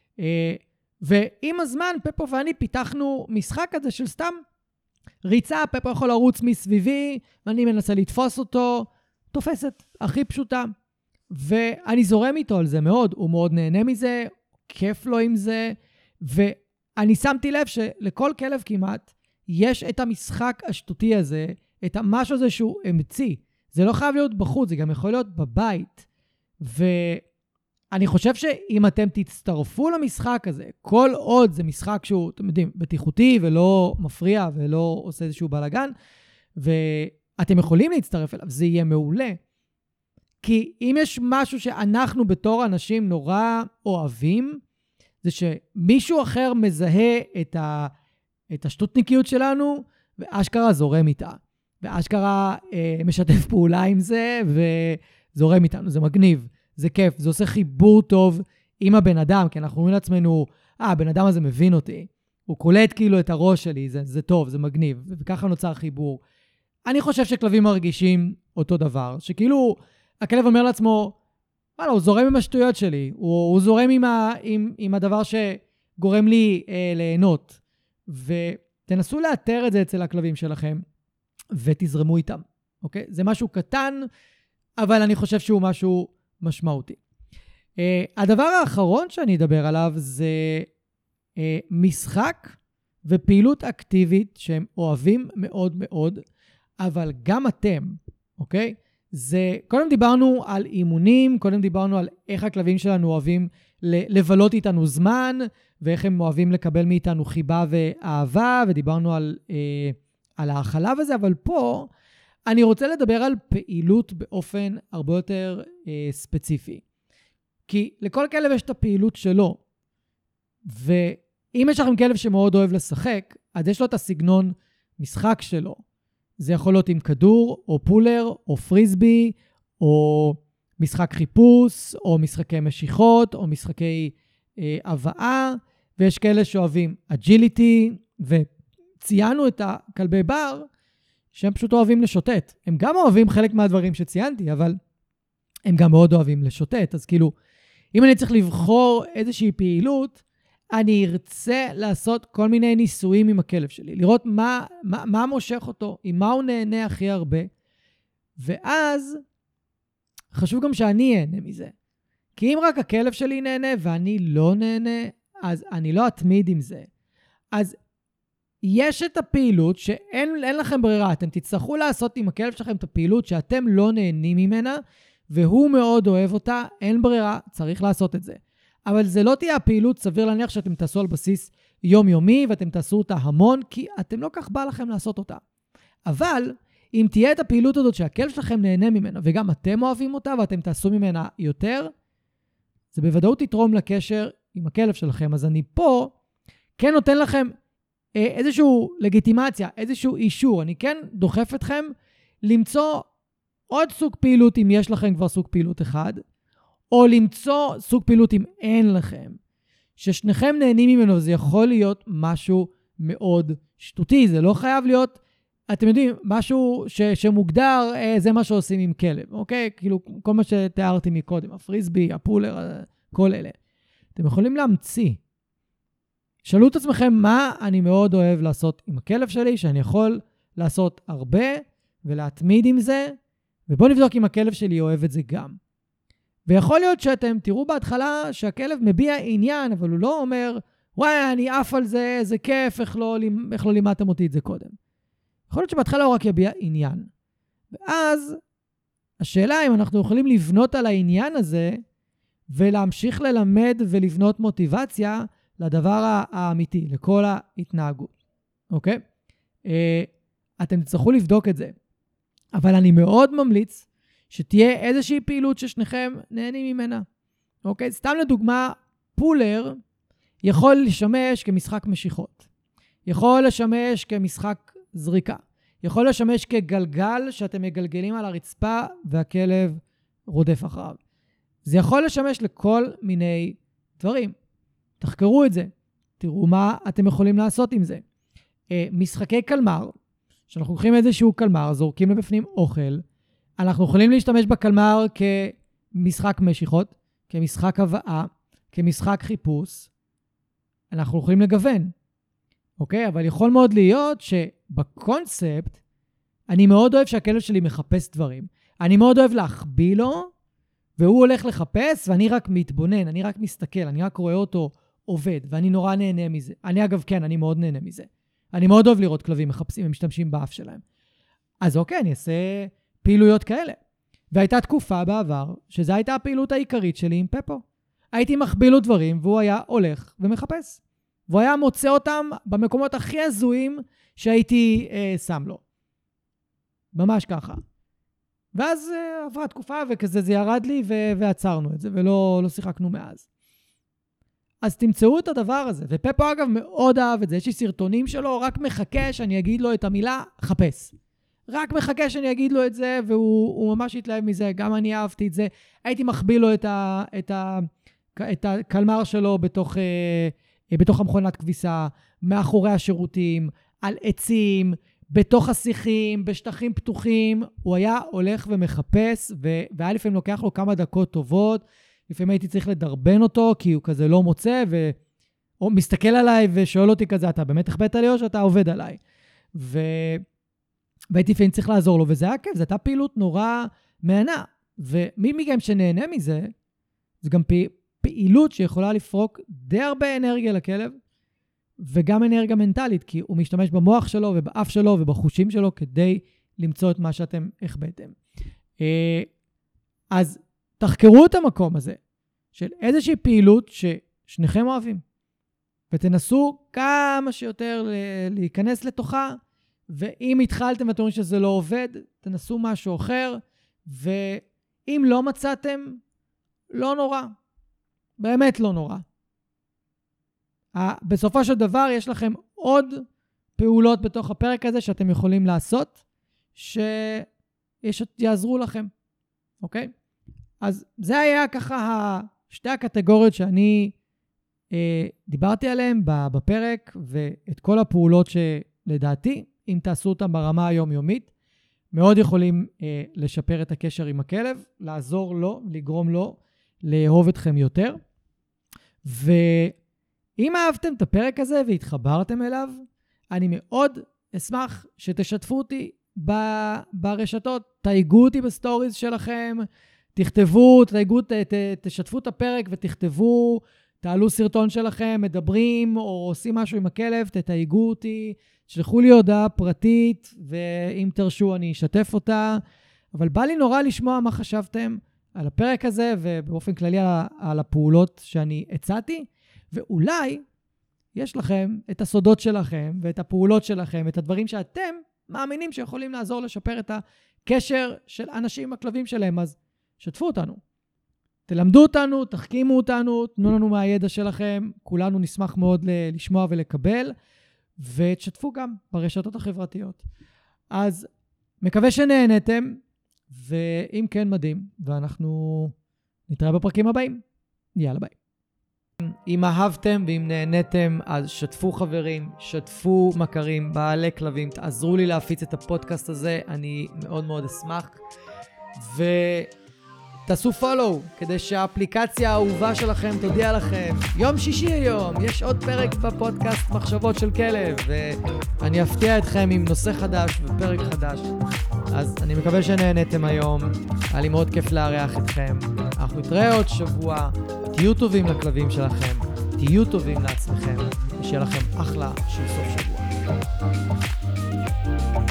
ועם הזמן, פפו ואני פיתחנו משחק כזה של סתם ריצה. פפו יכול לרוץ מסביבי, ואני מנסה לתפוס אותו, תופסת, הכי פשוטה. ואני זורם איתו על זה מאוד, הוא מאוד נהנה מזה, כיף לו עם זה, ואני שמתי לב שלכל כלב כמעט, יש את המשחק השטותי הזה, את המשהו הזה שהוא אמצי. זה לא חייב להיות בחוץ, זה גם יכול להיות בבית. ואני חושב שאם אתם תצטרפו למשחק הזה, כל עוד זה משחק שהוא, אתם יודעים, בטיחותי ולא מפריע ולא עושה איזשהו בלגן, ואתם יכולים להצטרף אליו, זה יהיה מעולה. כי אם יש משהו שאנחנו בתור אנשים נורא אוהבים, זה שמישהו אחר מזהה את השטותניקיות שלנו, ואשכרה זורם איתה. ואשכרה משתף פעולה עם זה, וזורם איתנו. זה מגניב, זה כיף, זה עושה חיבור טוב עם הבן אדם, כי אנחנו אומרים לעצמנו, הבן אדם הזה מבין אותי. הוא קולט כאילו את הראש שלי, זה טוב, זה מגניב, וככה נוצר חיבור. אני חושב שכלבים מרגישים אותו דבר, שכאילו הכלב אומר לעצמו, וואלה, הוא זורם עם השטויות שלי, הוא זורם עם הדבר שגורם לי ליהנות, ותנסו לאתר את זה אצל הכלבים שלכם, ותזרמו איתם, אוקיי? זה משהו קטן, אבל אני חושב שהוא משהו משמעותי. הדבר האחרון שאני אדבר עליו זה משחק ופעילות אקטיבית שהם אוהבים מאוד מאוד, אבל גם אתם, אוקיי? זה, קודם דיברנו על אימונים, קודם דיברנו על איך הכלבים שלנו אוהבים לבלות איתנו זמן, ואיך הם אוהבים לקבל מאיתנו חיבה ואהבה, ודיברנו על האכלה וזה, אבל פה אני רוצה לדבר על פעילות באופן הרבה יותר ספציפי. כי לכל כלב יש את הפעילות שלו, ואם יש לכם כלב שמאוד אוהב לשחק, אז יש לו את הסגנון משחק שלו. זה יכול להיות עם כדור, או פולר, או פריסבי, או משחק חיפוש, או משחקי משיכות, או משחקי הבאה, ויש כאלה שאוהבים אג'יליטי, וציינו את הכלבי בר, שהם פשוט אוהבים לשוטט. הם גם אוהבים חלק מהדברים שציינתי, אבל הם גם מאוד אוהבים לשוטט. אז כאילו, אם אני צריך לבחור איזושהי פעילות, אני ארצה לעשות כל מיני ניסויים עם הכלב שלי, לראות מה מושך אותו, עם מה הוא נהנה הכי הרבה, ואז חשוב גם שאני אהנה מזה. כי אם רק הכלב שלי נהנה ואני לא נהנה, אז אני לא אתמיד עם זה. אז יש את הפעילות שאין לכם ברירה, אתם תצטרכו לעשות עם הכלב שלכם את הפעילות שאתם לא נהנים ממנה, והוא מאוד אוהב אותה, אין ברירה, צריך לעשות את זה. אבל זה לא תהיה הפעילות, סביר להניח שאתם תעשו על בסיס יומיומי, ואתם תעשו אותה המון, כי אתם לא כך בא לכם לעשות אותה. אבל אם תהיה את הפעילות הזאת שהכלב שלכם נהנה ממנה, וגם אתם אוהבים אותה, ואתם תעשו ממנה יותר, זה בוודאות יתרום לקשר עם הכלב שלכם. אז אני פה כן נותן לכם איזשהו לגיטימציה, איזשהו אישור. אני כן דוחף אתכם למצוא עוד סוג פעילות אם יש לכם כבר סוג פעילות אחד, או למצוא סוג פעילות אם אין לכם, ששניכם נהנים ממנו, זה יכול להיות משהו מאוד שטותי, זה לא חייב להיות, אתם יודעים, משהו שמוגדר, זה מה שעושים עם כלב, אוקיי? כאילו, כל מה שתיארתי מקודם, הפריסבי, הפולר, כל אלה. אתם יכולים להמציא. שאלו את עצמכם מה אני מאוד אוהב לעשות עם הכלב שלי, שאני יכול לעשות הרבה ולהתמיד עם זה, ובואו נבדוק אם הכלב שלי אוהב את זה גם. ויכול להיות שאתם תראו בהתחלה שהכלב מביע עניין, אבל הוא לא אומר, וואי, אני עף על זה, זה כיף, איך לא לימדתם אותי את זה קודם. יכול להיות שבהתחלה הוא רק יביע עניין. ואז השאלה אם אנחנו יכולים לבנות על העניין הזה, ולהמשיך ללמד ולבנות מוטיבציה לדבר האמיתי, לכל ההתנהגות. אוקיי? אתם תצטרכו לבדוק את זה. אבל אני מאוד ממליץ שתהיה איזושהי פעילות ששניכם נהנים ממנה. אוקיי? סתם לדוגמה, פולר יכול לשמש כמשחק משיכות. יכול לשמש כמשחק זריקה. יכול לשמש כגלגל שאתם מגלגלים על הרצפה והכלב רודף אחריו. זה יכול לשמש לכל מיני דברים. תחקרו את זה. תראו מה אתם יכולים לעשות עם זה. משחקי קלמר, שאנחנו לוקחים איזשהו קלמר, זורקים לבפנים אוכל, אנחנו יכולים להשתמש בקלמר כמשחק משיכות, כמשחק הבאה, כמשחק חיפוש. אנחנו יכולים לגוון. אוקיי? אבל יכול מאוד להיות שבקונספט, אני מאוד אוהב שהכלב שלי מחפש דברים. אני מאוד אוהב להחביא לו, והוא הולך לחפש, ואני רק מתבונן, אני רק מסתכל, אני רק רואה אותו עובד, ואני נורא נהנה מזה. אני מאוד נהנה מזה. אני מאוד אוהב לראות כלבים מחפשים ומשתמשים באף שלהם. אז אוקיי, אני אעשה פעילויות כאלה. והייתה תקופה בעבר, שזו הייתה הפעילות העיקרית שלי עם פפו. הייתי מחביא לו דברים, והוא היה הולך ומחפש. והוא היה מוצא אותם במקומות הכי הזויים שהייתי שם לו. ממש ככה. ואז עברה תקופה וכזה זה ירד לי ועצרנו את זה, ולא שיחקנו מאז. אז תמצאו את הדבר הזה. ופפו אגב מאוד אהב את זה. יש לי סרטונים שלו, רק מחכה שאני אגיד לו את המילה חפש. רק מחכה שאני אגיד לו את זה, והוא ממש התלהב מזה. גם אני אהבתי את זה. הייתי מחביא לו את הקלמר שלו בתוך המכונת כביסה, מאחורי השירותים, על עצים, בתוך השיחים, בשטחים פתוחים. הוא היה הולך ומחפש, והיה לפעמים לוקח לו כמה דקות טובות. לפעמים הייתי צריך לדרבן אותו, כי הוא כזה לא מוצא, או מסתכל עליי ושואל אותי כזה, אתה באמת החבאת לי או שאתה עובד עליי? והייתי לפעמים צריך לעזור לו, וזה היה כיף, זו הייתה פעילות נורא מענה. ומי מכם שנהנה מזה, זה גם פעילות שיכולה לפרוק די הרבה אנרגיה לכלב, וגם אנרגיה מנטלית, כי הוא משתמש במוח שלו ובאף שלו ובחושים שלו, כדי למצוא את מה שאתם החבאתם. אז תחקרו את המקום הזה, של איזושהי פעילות ששניכם אוהבים, ותנסו כמה שיותר להיכנס לתוכה, ואם התחלתם ואתם אומרים שזה לא עובד, תנסו משהו אחר, ואם לא מצאתם, לא נורא. באמת לא נורא. בסופו של דבר יש לכם עוד פעולות בתוך הפרק הזה שאתם יכולים לעשות, שיעזרו לכם, אוקיי? אז זה היה ככה שתי הקטגוריות שאני דיברתי עליהן בפרק, ואת כל הפעולות שלדעתי, אם תעשו אותן ברמה היומיומית, מאוד יכולים לשפר את הקשר עם הכלב, לעזור לו, לגרום לו, לאהוב אתכם יותר. ואם אהבתם את הפרק הזה והתחברתם אליו, אני מאוד אשמח שתשתפו אותי ברשתות, תייגו אותי בסטוריז שלכם, תכתבו, תשתפו את הפרק ותכתבו, תעלו סרטון שלכם, מדברים או עושים משהו עם הכלב, תתייגו אותי, שלחו לי הודעה פרטית, ואם תרשו אני אשתף אותה. אבל בא לי נורא לשמוע מה חשבתם על הפרק הזה, ובאופן כללי על הפעולות שאני הצעתי, ואולי יש לכם את הסודות שלכם, ואת הפעולות שלכם, את הדברים שאתם מאמינים שיכולים לעזור לשפר את הקשר של אנשים עם הכלבים שלהם, אז שתפו אותנו. תלמדו אותנו, תחכימו אותנו, תנו לנו מהידע שלכם, כולנו נשמח מאוד לשמוע ולקבל, ותשתפו גם ברשתות החברתיות. אז מקווה שנהנתם, ואם כן מדהים, ואנחנו נתראה בפרקים הבאים. יאללה ביי. אם אהבתם ואם נהנתם, אז שתפו חברים, שתפו מכרים, בעלי כלבים, תעזרו לי להפיץ את הפודקאסט הזה, אני מאוד מאוד אשמח. תעשו פולו, כדי שהאפליקציה האהובה שלכם תודיע לכם. יום שישי היום, יש עוד פרק בפודקאסט מחשבות של כלב, ואני אפתיע אתכם עם נושא חדש ופרק חדש. אז אני מקווה שנהנתם היום, היה לי מאוד כיף לארח אתכם. אנחנו נתראה עוד שבוע, תהיו טובים לכלבים שלכם, תהיו טובים לעצמכם, ושיהיה לכם אחלה של סוף שבוע.